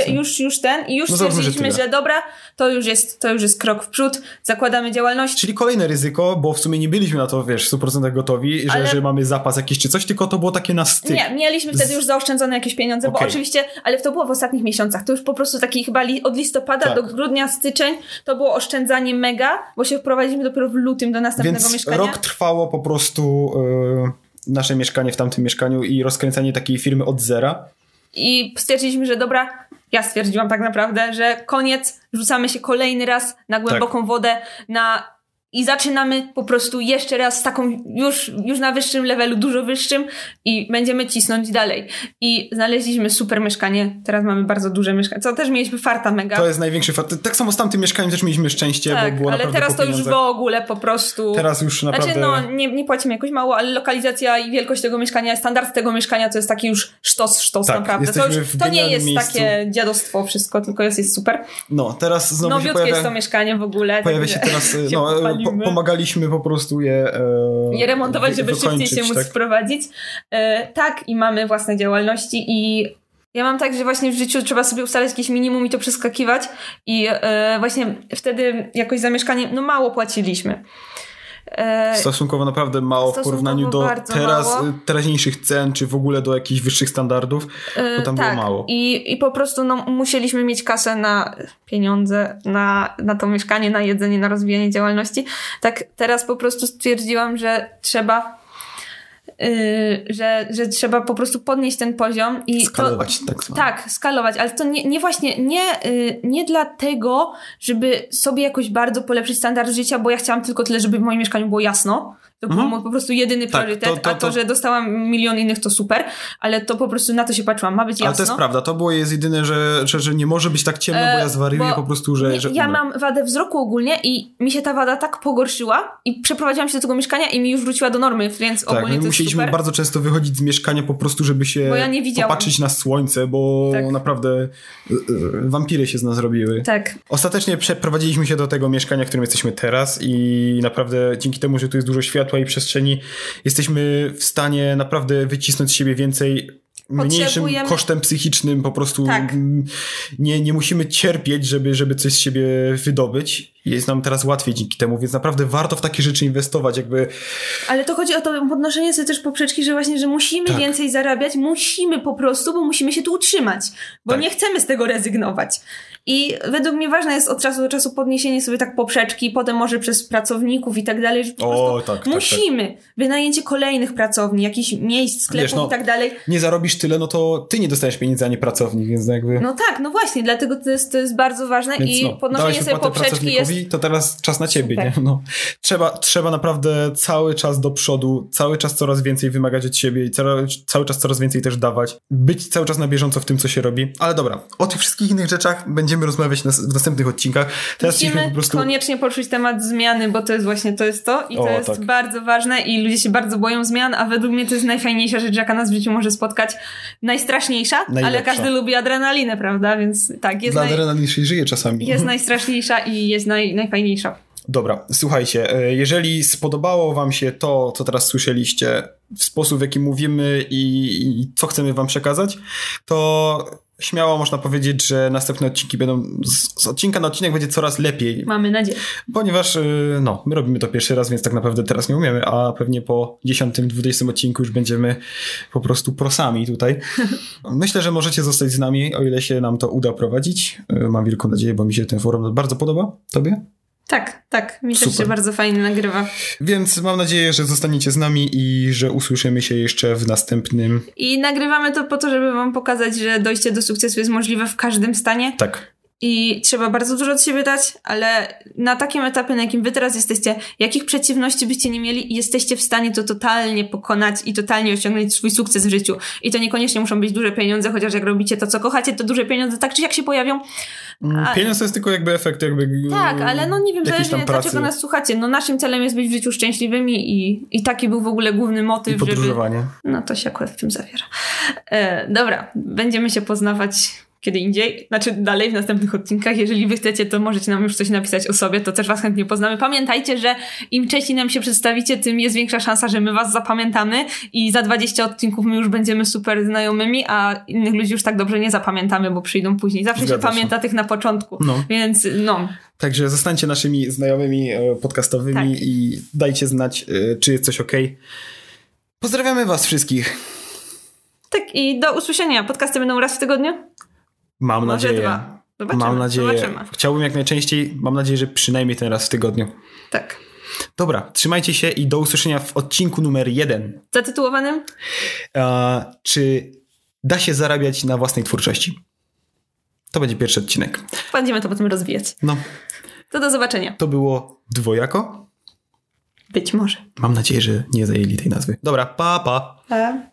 I już stwierdziliśmy, że dobra, to już jest krok w przód, zakładamy działalność. Czyli kolejne ryzyko, bo w sumie nie byliśmy na to, wiesz, w 100% gotowi, że mamy zapas jakiś czy coś, tylko to było takie na styk. Nie, mieliśmy wtedy już zaoszczędzone jakieś pieniądze, bo oczywiście, ale to było w ostatnich miesiącach. To już po prostu taki chyba od listopada do grudnia, styczeń, to było oszczędzanie mega, bo się wprowadziliśmy dopiero w lutym do następnego mieszkania. Rok trwało po prostu nasze mieszkanie w tamtym mieszkaniu i rozkręcanie takiej firmy od zera. I stwierdziliśmy, że dobra, ja stwierdziłam tak naprawdę, że koniec, rzucamy się kolejny raz na głęboką wodę, i zaczynamy po prostu jeszcze raz z taką już na wyższym levelu, dużo wyższym i będziemy cisnąć dalej. I znaleźliśmy super mieszkanie. Teraz mamy bardzo duże mieszkanie. Co też mieliśmy farta mega. To jest największy fart. Tak samo z tamtym mieszkaniem też mieliśmy szczęście, bo było ale teraz to już w ogóle po prostu... Teraz już naprawdę... Znaczy nie płacimy jakoś mało, ale lokalizacja i wielkość tego mieszkania, standard tego mieszkania to jest taki już sztos naprawdę. To nie jest takie dziadostwo wszystko, tylko jest super. No, teraz znowu się pojawia... jest to mieszkanie w ogóle. Pojawia się teraz... pomagaliśmy po prostu je remontować, żeby szybciej się móc sprowadzić. Tak, i mamy własne działalności i ja mam tak, że właśnie w życiu trzeba sobie ustalać jakieś minimum i to przeskakiwać i właśnie wtedy jakoś za mieszkanie mało płaciliśmy. Stosunkowo naprawdę mało w porównaniu do teraźniejszych cen, czy w ogóle do jakichś wyższych standardów, bo tam było mało. I po prostu musieliśmy mieć kasę na pieniądze, na to mieszkanie, na jedzenie, na rozwijanie działalności. Tak teraz po prostu stwierdziłam, że trzeba że trzeba po prostu podnieść ten poziom i skalować, tak, skalować, ale to nie właśnie nie dlatego, żeby sobie jakoś bardzo polepszyć standard życia, bo ja chciałam tylko tyle, żeby w moim mieszkaniu było jasno. To był mój po prostu jedyny priorytet, a to, że dostałam milion innych, to super, ale to po prostu na to się patrzyłam, ma być jasno. Ale to jest prawda, to jest jedyne, że nie może być tak ciemno, bo ja zwariuję po prostu, że... Ja mam wadę wzroku ogólnie i mi się ta wada tak pogorszyła i przeprowadziłam się do tego mieszkania i mi już wróciła do normy, więc ogólnie to jest musieliśmy bardzo często wychodzić z mieszkania po prostu, żeby się popatrzeć na słońce, bo naprawdę wampiry się z nas robiły. Tak. Ostatecznie przeprowadziliśmy się do tego mieszkania, w którym jesteśmy teraz i naprawdę dzięki temu, że tu jest dużo światła i przestrzeni, jesteśmy w stanie naprawdę wycisnąć z siebie więcej mniejszym kosztem psychicznym, po prostu nie musimy cierpieć, żeby coś z siebie wydobyć jest nam teraz łatwiej dzięki temu, więc naprawdę warto w takie rzeczy inwestować, jakby... Ale to chodzi o to podnoszenie sobie też poprzeczki, że właśnie, że musimy więcej zarabiać, musimy po prostu, bo musimy się tu utrzymać, bo nie chcemy z tego rezygnować. I według mnie ważne jest od czasu do czasu podniesienie sobie tak poprzeczki, potem może przez pracowników i tak dalej, że po prostu musimy. Wynajęcie kolejnych pracowni, jakichś miejsc, sklepów i tak dalej. Nie zarobisz tyle, no to ty nie dostajesz pieniędzy, a nie pracownik, więc jakby... No tak, no właśnie, dlatego to jest bardzo ważne więc i podnoszenie sobie poprzeczki jest... to teraz czas na ciebie, nie? No. Trzeba naprawdę cały czas do przodu, cały czas coraz więcej wymagać od siebie i cały czas coraz więcej też dawać. Być cały czas na bieżąco w tym, co się robi. Ale dobra, o tych wszystkich innych rzeczach będziemy rozmawiać w następnych odcinkach. Teraz musimy po prostu... koniecznie poruszyć temat zmiany, bo to jest właśnie to i to jest bardzo ważne i ludzie się bardzo boją zmian, a według mnie to jest najfajniejsza rzecz, jaka nas w życiu może spotkać. Najstraszniejsza, ale każdy lubi adrenalinę, prawda? Więc tak, jest dla adrenaliny się żyje czasami. Jest najstraszniejsza i jest najfajniejsza. Dobra, słuchajcie, jeżeli spodobało wam się to, co teraz słyszeliście, sposób, w jaki mówimy i co chcemy wam przekazać, to śmiało można powiedzieć, że następne odcinki będą z odcinka na odcinek będzie coraz lepiej. Mamy nadzieję. Ponieważ my robimy to pierwszy raz, więc tak naprawdę teraz nie umiemy, a pewnie po 10, 20 odcinku już będziemy po prostu prosami tutaj. Myślę, że możecie zostać z nami, o ile się nam to uda prowadzić. Mam wielką nadzieję, bo mi się ten forum bardzo podoba. Tobie? Tak. Mi też się bardzo fajnie nagrywa. Więc mam nadzieję, że zostaniecie z nami i że usłyszymy się jeszcze w następnym. I nagrywamy to po to, żeby wam pokazać, że dojście do sukcesu jest możliwe w każdym stanie. Tak. I trzeba bardzo dużo od siebie dać, ale na takim etapie, na jakim wy teraz jesteście, jakich przeciwności byście nie mieli, jesteście w stanie to totalnie pokonać i totalnie osiągnąć swój sukces w życiu. I to niekoniecznie muszą być duże pieniądze, chociaż jak robicie to, co kochacie, to duże pieniądze tak czy jak się pojawią. Pieniądz to jest tylko jakby efekt Tak, ale nie wiem, zależnie dlaczego nas słuchacie. Naszym celem jest być w życiu szczęśliwymi i taki był w ogóle główny motyw, i podróżowanie. To się akurat w tym zawiera. Dobra, będziemy się poznawać kiedy indziej, dalej w następnych odcinkach. Jeżeli wy chcecie, to możecie nam już coś napisać o sobie, to też was chętnie poznamy. Pamiętajcie, że im wcześniej nam się przedstawicie, tym jest większa szansa, że my was zapamiętamy i za 20 odcinków my już będziemy super znajomymi, a innych ludzi już tak dobrze nie zapamiętamy, bo przyjdą później. Zawsze się pamięta tych na początku. Więc Także zostańcie naszymi znajomymi podcastowymi i dajcie znać, czy jest coś okej. Pozdrawiamy was wszystkich. Tak, i do usłyszenia. Podcasty będą raz w tygodniu? Mam nadzieję. 2. Zobaczymy. Chciałbym jak najczęściej. Mam nadzieję, że przynajmniej ten raz w tygodniu. Tak. Dobra, trzymajcie się i do usłyszenia w odcinku numer 1. Zatytułowanym? Czy da się zarabiać na własnej twórczości? To będzie pierwszy odcinek. Będziemy to potem rozwijać. To do zobaczenia. To było dwojako? Być może. Mam nadzieję, że nie zajęli tej nazwy. Dobra, pa. Pa.